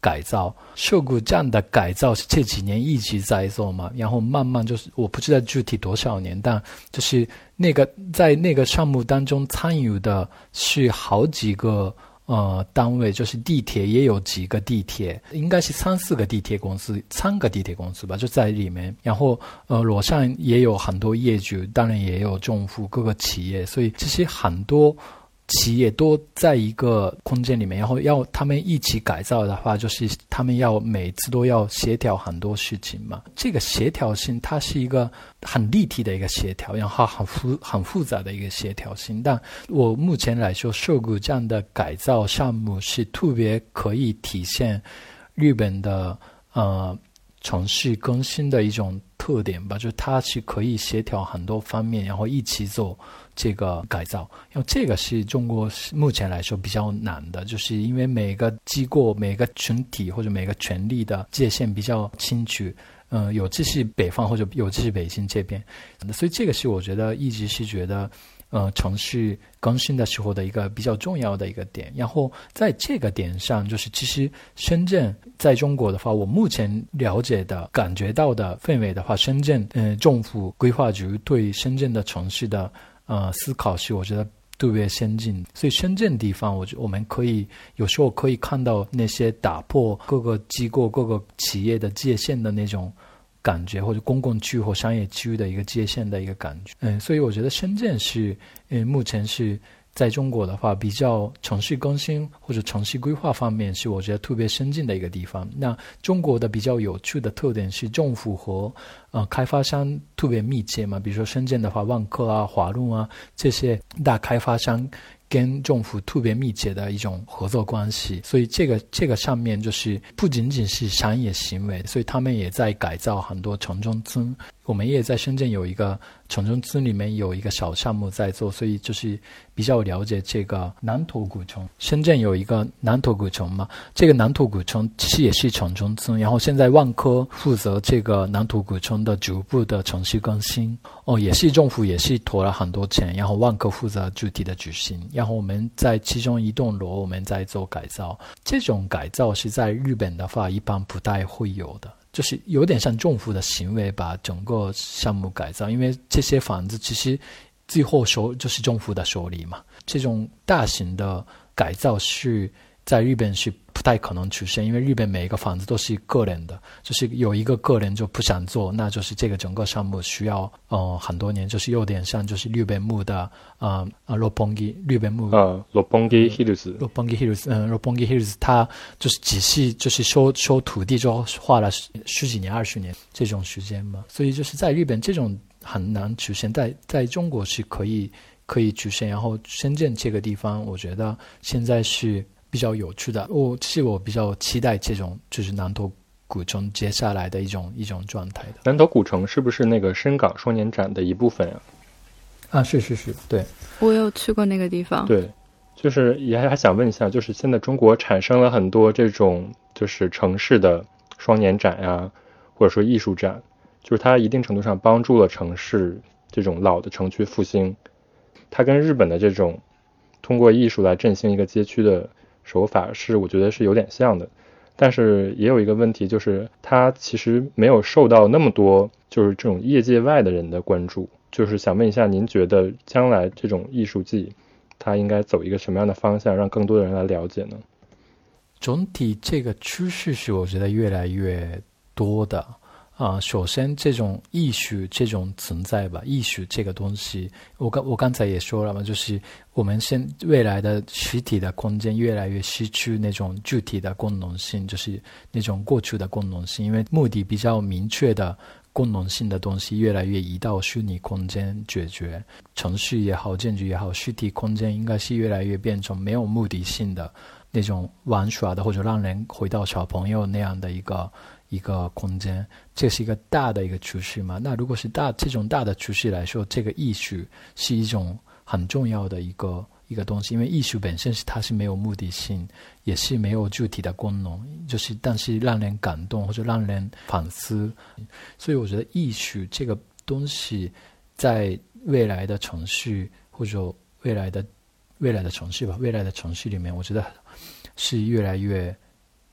改造，涩谷站的改造是这几年一直在做嘛，然后慢慢就是我不知道具体多少年，但就是那个在那个项目当中参与的是好几个呃单位，就是地铁也有几个地铁，应该是三四个地铁公司，三个地铁公司吧，就在里面。然后呃楼上也有很多业主，当然也有政府各个企业，所以这些很多企业都在一个空间里面，然后要他们一起改造的话，就是他们要每次都要协调很多事情嘛。这个协调性它是一个很立体的一个协调，然后很复很复杂的一个协调性。但我目前来说，涩谷这样的改造项目是特别可以体现日本的呃城市更新的一种特点吧，就是它是可以协调很多方面，然后一起做这个改造。然后这个是中国目前来说比较难的，就是因为每个机构、每个群体或者每个权力的界限比较清楚，呃，有这是北方或者有这是北京这边，所以这个是我觉得一直是觉得呃城市更新的时候的一个比较重要的一个点。然后在这个点上，就是其实深圳在中国的话，我目前了解的感觉到的氛围的话，深圳呃政府规划局对深圳的城市的呃思考是我觉得特别先进，所以深圳地方我我们可以有时候可以看到那些打破各个机构各个企业的界限的那种感觉，或者公共区或商业区的一个界限的一个感觉。嗯，所以我觉得深圳是嗯目前是在中国的话比较城市更新或者城市规划方面是我觉得特别先进的一个地方。那中国的比较有趣的特点是政府和呃开发商特别密切嘛，比如说深圳的话，万科啊、华润啊这些大开发商跟政府特别密切的一种合作关系，所以这个这个上面就是不仅仅是商业行为，所以他们也在改造很多城中村。我们也在深圳有一个城中村里面有一个小项目在做，所以就是比较了解这个南头古城。深圳有一个南头古城嘛，这个南头古城其实也是城中村，然后现在万科负责这个南头古城的逐步的城市更新，哦，也是政府也是投了很多钱，然后万科负责具体的执行，然后我们在其中一栋楼我们在做改造。这种改造是在日本的话一般不太会有的，就是有点像政府的行为把整个项目改造，因为这些房子其实最后手就是政府的手里嘛。这种大型的改造是在日本是不太可能出现，因为日本每一个房子都是个人的，就是有一个个人就不想做，那就是这个整个项目需要呃很多年，就是有点像就是日本木的呃呃六本木日本木啊六本木 Hills 六本木 Hills 嗯六本木 Hills 它就是只是就是收收土地就花了十十几年二十年这种时间嘛，所以就是在日本这种很难出现，在在中国是可以可以出现。然后深圳这个地方我觉得现在是比较有趣的，我是我比较期待这种就是南头古城接下来的一种一种状态的。 南头古城是不是那个深港双年展的一部分啊？ 啊，是是是，对， 我有去过那个地方。 对，就是也还想问一下，就是现在中国产生了很多这种就是城市的双年展呀，或者说艺术展，就是它一定程度上帮助了城市这种老的城区复兴。它跟日本的这种通过艺术来振兴一个街区的手法是我觉得是有点像的，但是也有一个问题，就是它其实没有受到那么多就是这种业界外的人的关注。就是想问一下，您觉得将来这种艺术季它应该走一个什么样的方向，让更多的人来了解呢？ 总体这个趋势是我觉得越来越多的啊、呃，首先这种艺术这种存在吧，艺术这个东西，我刚我刚才也说了嘛，就是我们现未来的实体的空间越来越失去那种具体的功能性，就是那种过去的功能性，因为目的比较明确的功能性的东西越来越移到虚拟空间解决。城市也好，建筑也好，实体空间应该是越来越变成没有目的性的那种玩耍的，或者让人回到小朋友那样的一个一个空间，这是一个大的一个趋势嘛。那如果是大这种大的趋势来说，这个艺术是一种很重要的一个一个东西，因为艺术本身是它是没有目的性，也是没有具体的功能，就是但是让人感动或者让人反思。所以我觉得艺术这个东西在未来的城市或者未来的未来的城市吧，未来的城市里面，我觉得是越来越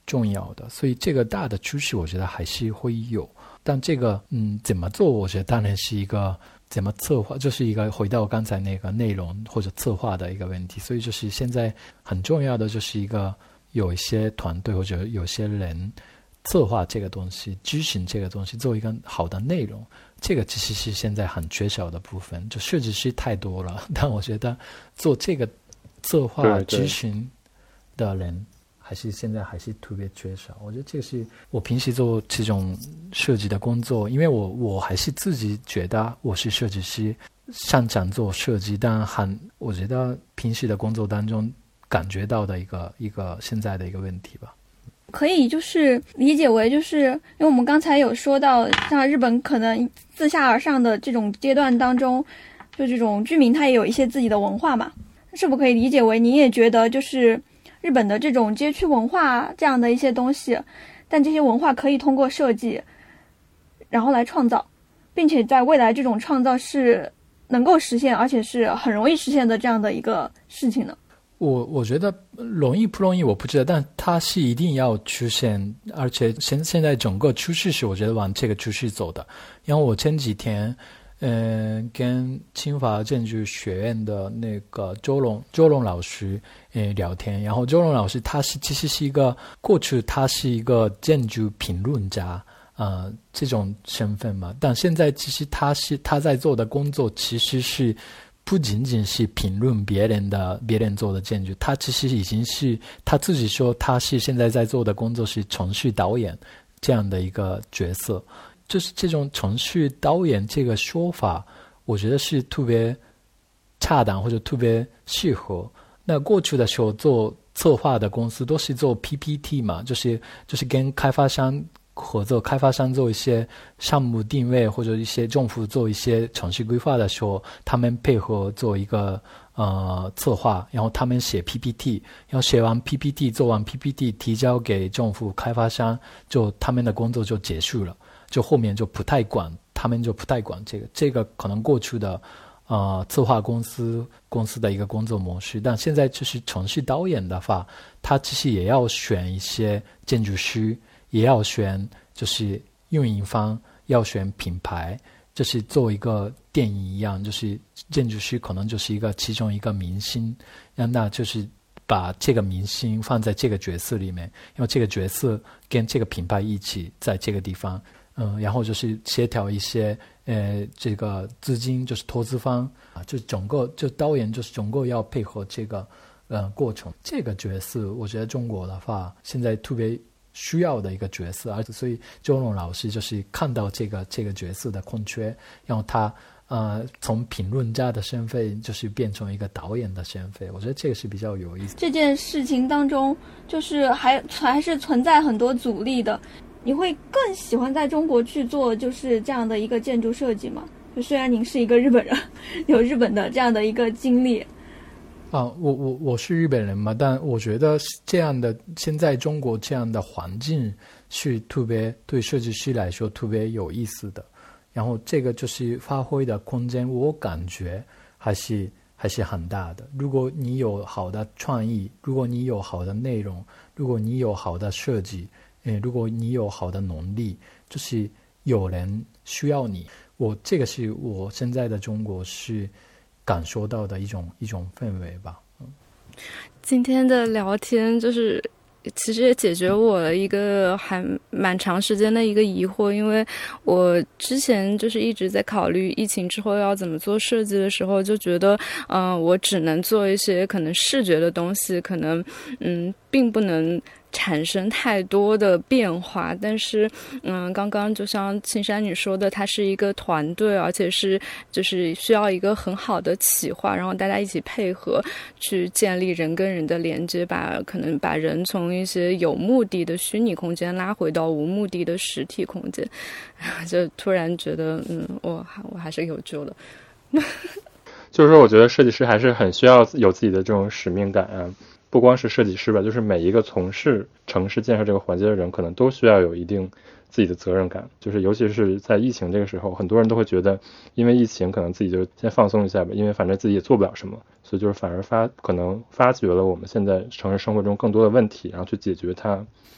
重要的，所以这个大的趋势我觉得还是会有，但这个嗯怎么做，我觉得当然是一个怎么策划，就是一个回到刚才那个内容或者策划的一个问题。所以就是现在很重要的就是一个有一些团队或者有些人策划这个东西，执行这个东西，做一个好的内容，这个其实是现在很缺少的部分。就设计师太多了，但我觉得做这个策划执行的人还是现在还是特别缺少。我觉得这个是我平时做这种设计的工作，因为我我还是自己觉得我是设计师，擅长做设计，但很我觉得平时的工作当中感觉到的一个一个现在的一个问题吧。 可以就是理解为，就是因为我们刚才有说到，像日本可能自下而上的这种阶段当中，就这种居民他也有一些自己的文化嘛，是否可以理解为你也觉得就是日本的这种街区文化这样的一些东西，但这些文化可以通过设计然后来创造，并且在未来这种创造是能够实现，而且是很容易实现的这样的一个事情呢？ 我我觉得容易不容易我不知道，但它是一定要出现，而且现现在整个趋势是我觉得往这个趋势走的。因为我前几天嗯、呃，跟清华建筑学院的那个周龙周龙老师呃聊天，然后周龙老师他是其实是一个过去他是一个建筑评论家呃这种身份嘛，但现在其实他是他在做的工作其实是不仅仅是评论别人的别人做的建筑，他其实已经是他自己说他是现在在做的工作是程序导演这样的一个角色。就是这种程序导演这个说法我觉得是特别恰当或者特别适合。那过去的时候做策划的公司都是做 P P T 嘛，就是就是跟开发商合作，开发商做一些项目定位或者一些政府做一些程序规划的时候，他们配合做一个呃策划，然后他们写 P P T， 然后写完 P P T 做完 P P T 提交给政府开发商，就他们的工作就结束了，就后面就不太管，他们就不太管这个这个可能过去的呃策划公司公司的一个工作模式。但现在就是程序导演的话，他其实也要选一些建筑师，也要选就是运营方，要选品牌，就是做一个电影一样，就是建筑师可能就是一个其中一个明星，那就是把这个明星放在这个角色里面，因为这个角色跟这个品牌一起在这个地方，嗯，然后就是协调一些呃这个资金，就是投资方啊，就整个就导演就是整个要配合这个呃过程。这个角色我觉得中国的话现在特别需要的一个角色，而且所以周龙老师就是看到这个这个角色的空缺，然后他呃从评论家的身份就是变成一个导演的身份，我觉得这个是比较有意思。 这件事情当中就是还还是存在很多阻力的。你会更喜欢在中国去做就是这样的一个建筑设计吗？就虽然您是一个日本人，有日本的这样的一个经历啊，我我我是日本人嘛，但我觉得这样的现在中国这样的环境是特别对设计师来说特别有意思的，然后这个就是发挥的空间，我感觉还是还是很大的。如果你有好的创意，如果你有好的内容，如果你有好的设计，嗯，如果你有好的能力，就是有人需要你。我这个是我现在的中国是感受到的一种一种氛围吧。嗯， 今天的聊天就是其实也解决我了一个还蛮长时间的一个疑惑，因为我之前就是一直在考虑疫情之后要怎么做设计的时候，就觉得嗯、呃，我只能做一些可能视觉的东西，可能嗯并不能产生太多的变化。但是嗯，刚刚就像青山女说的，它是一个团队，而且是就是需要一个很好的企划，然后大家一起配合去建立人跟人的连接，把可能把人从一些有目的的虚拟空间拉回到无目的的实体空间，就突然觉得嗯，我我还是有救的。 就是说我觉得设计师还是很需要有自己的这种使命感啊，不光是设计师吧，就是每一个从事城市建设这个环节的人可能都需要有一定自己的责任感。就是尤其是在疫情这个时候，很多人都会觉得因为疫情可能自己就先放松一下吧，因为反正自己也做不了什么，所以就是反而发可能发掘了我们现在城市生活中更多的问题，然后去解决它。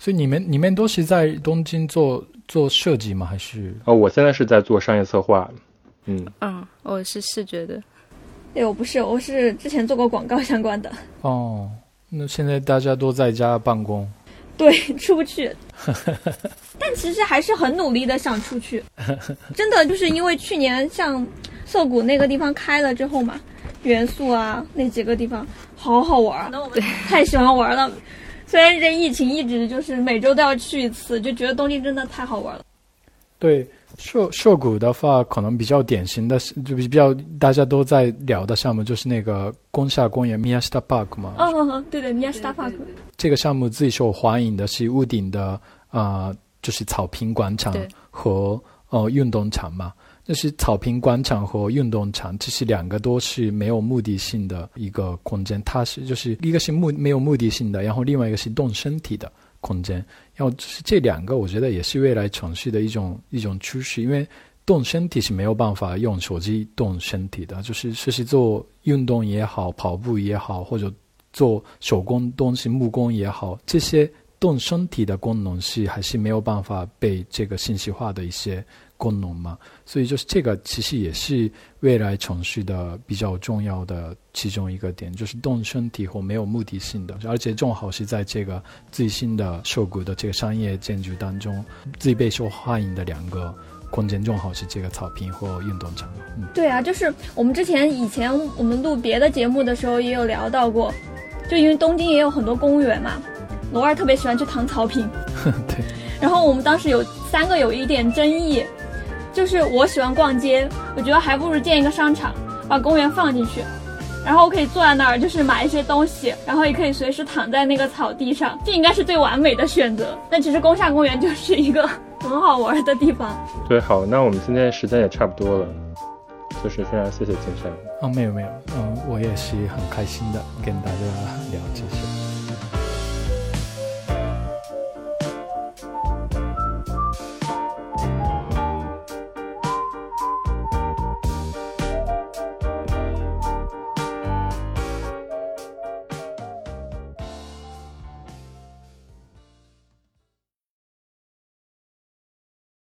所以你们你们都是在东京做做设计吗？还是？ 哦，我现在是在做商业策划。嗯嗯，我是视觉的。 对，我不是，我是之前做过广告相关的。 哦，那现在大家都在家办公。 对，出不去。但其实还是很努力的想出去。真的就是因为去年像涩谷那个地方开了之后嘛，元素啊那几个地方好好玩，对，太喜欢玩了。虽然这疫情一直就是每周都要去一次，就觉得东京真的太好玩了。 对，涩涩谷的话，可能比较典型的，就比较大家都在聊的项目，就是那个宫下公园 Miyashita Park 嘛。 哦哦哦，对对 ，Miyashita Park。 这个项目最受欢迎的是屋顶的呃，就是草坪广场和呃运动场嘛。就是草坪广场和运动场，其实两个都是没有目的性的一个空间，它是就是一个是目没有目的性的，然后另外一个是动身体的空间。然后就是这两个，我觉得也是未来城市的一种一种趋势，因为动身体是没有办法用手机动身体的，就是就是做运动也好，跑步也好，或者做手工东西、木工也好，这些动身体的功能是还是没有办法被这个信息化的一些功能嘛，所以就是这个其实也是未来城市的比较重要的其中一个点，就是动身体和没有目的性的，而且正好是在这个最新的涩谷的这个商业建筑当中，最备受欢迎的两个空间正好是这个草坪或运动场。嗯， 对啊，就是我们之前以前我们录别的节目的时候也有聊到过，就因为东京也有很多公园嘛，罗二特别喜欢去躺草坪。 对。 然后我们当时有三个有一点争议，就是我喜欢逛街，我觉得还不如建一个商场，把公园放进去，然后我可以坐在那儿，就是买一些东西，然后也可以随时躺在那个草地上，这应该是最完美的选择。但其实宫下公园就是一个很好玩的地方。 对，好，那我们今天时间也差不多了，就是非常谢谢金山。 哦，没有没有，嗯，我也是很开心的跟大家聊这些。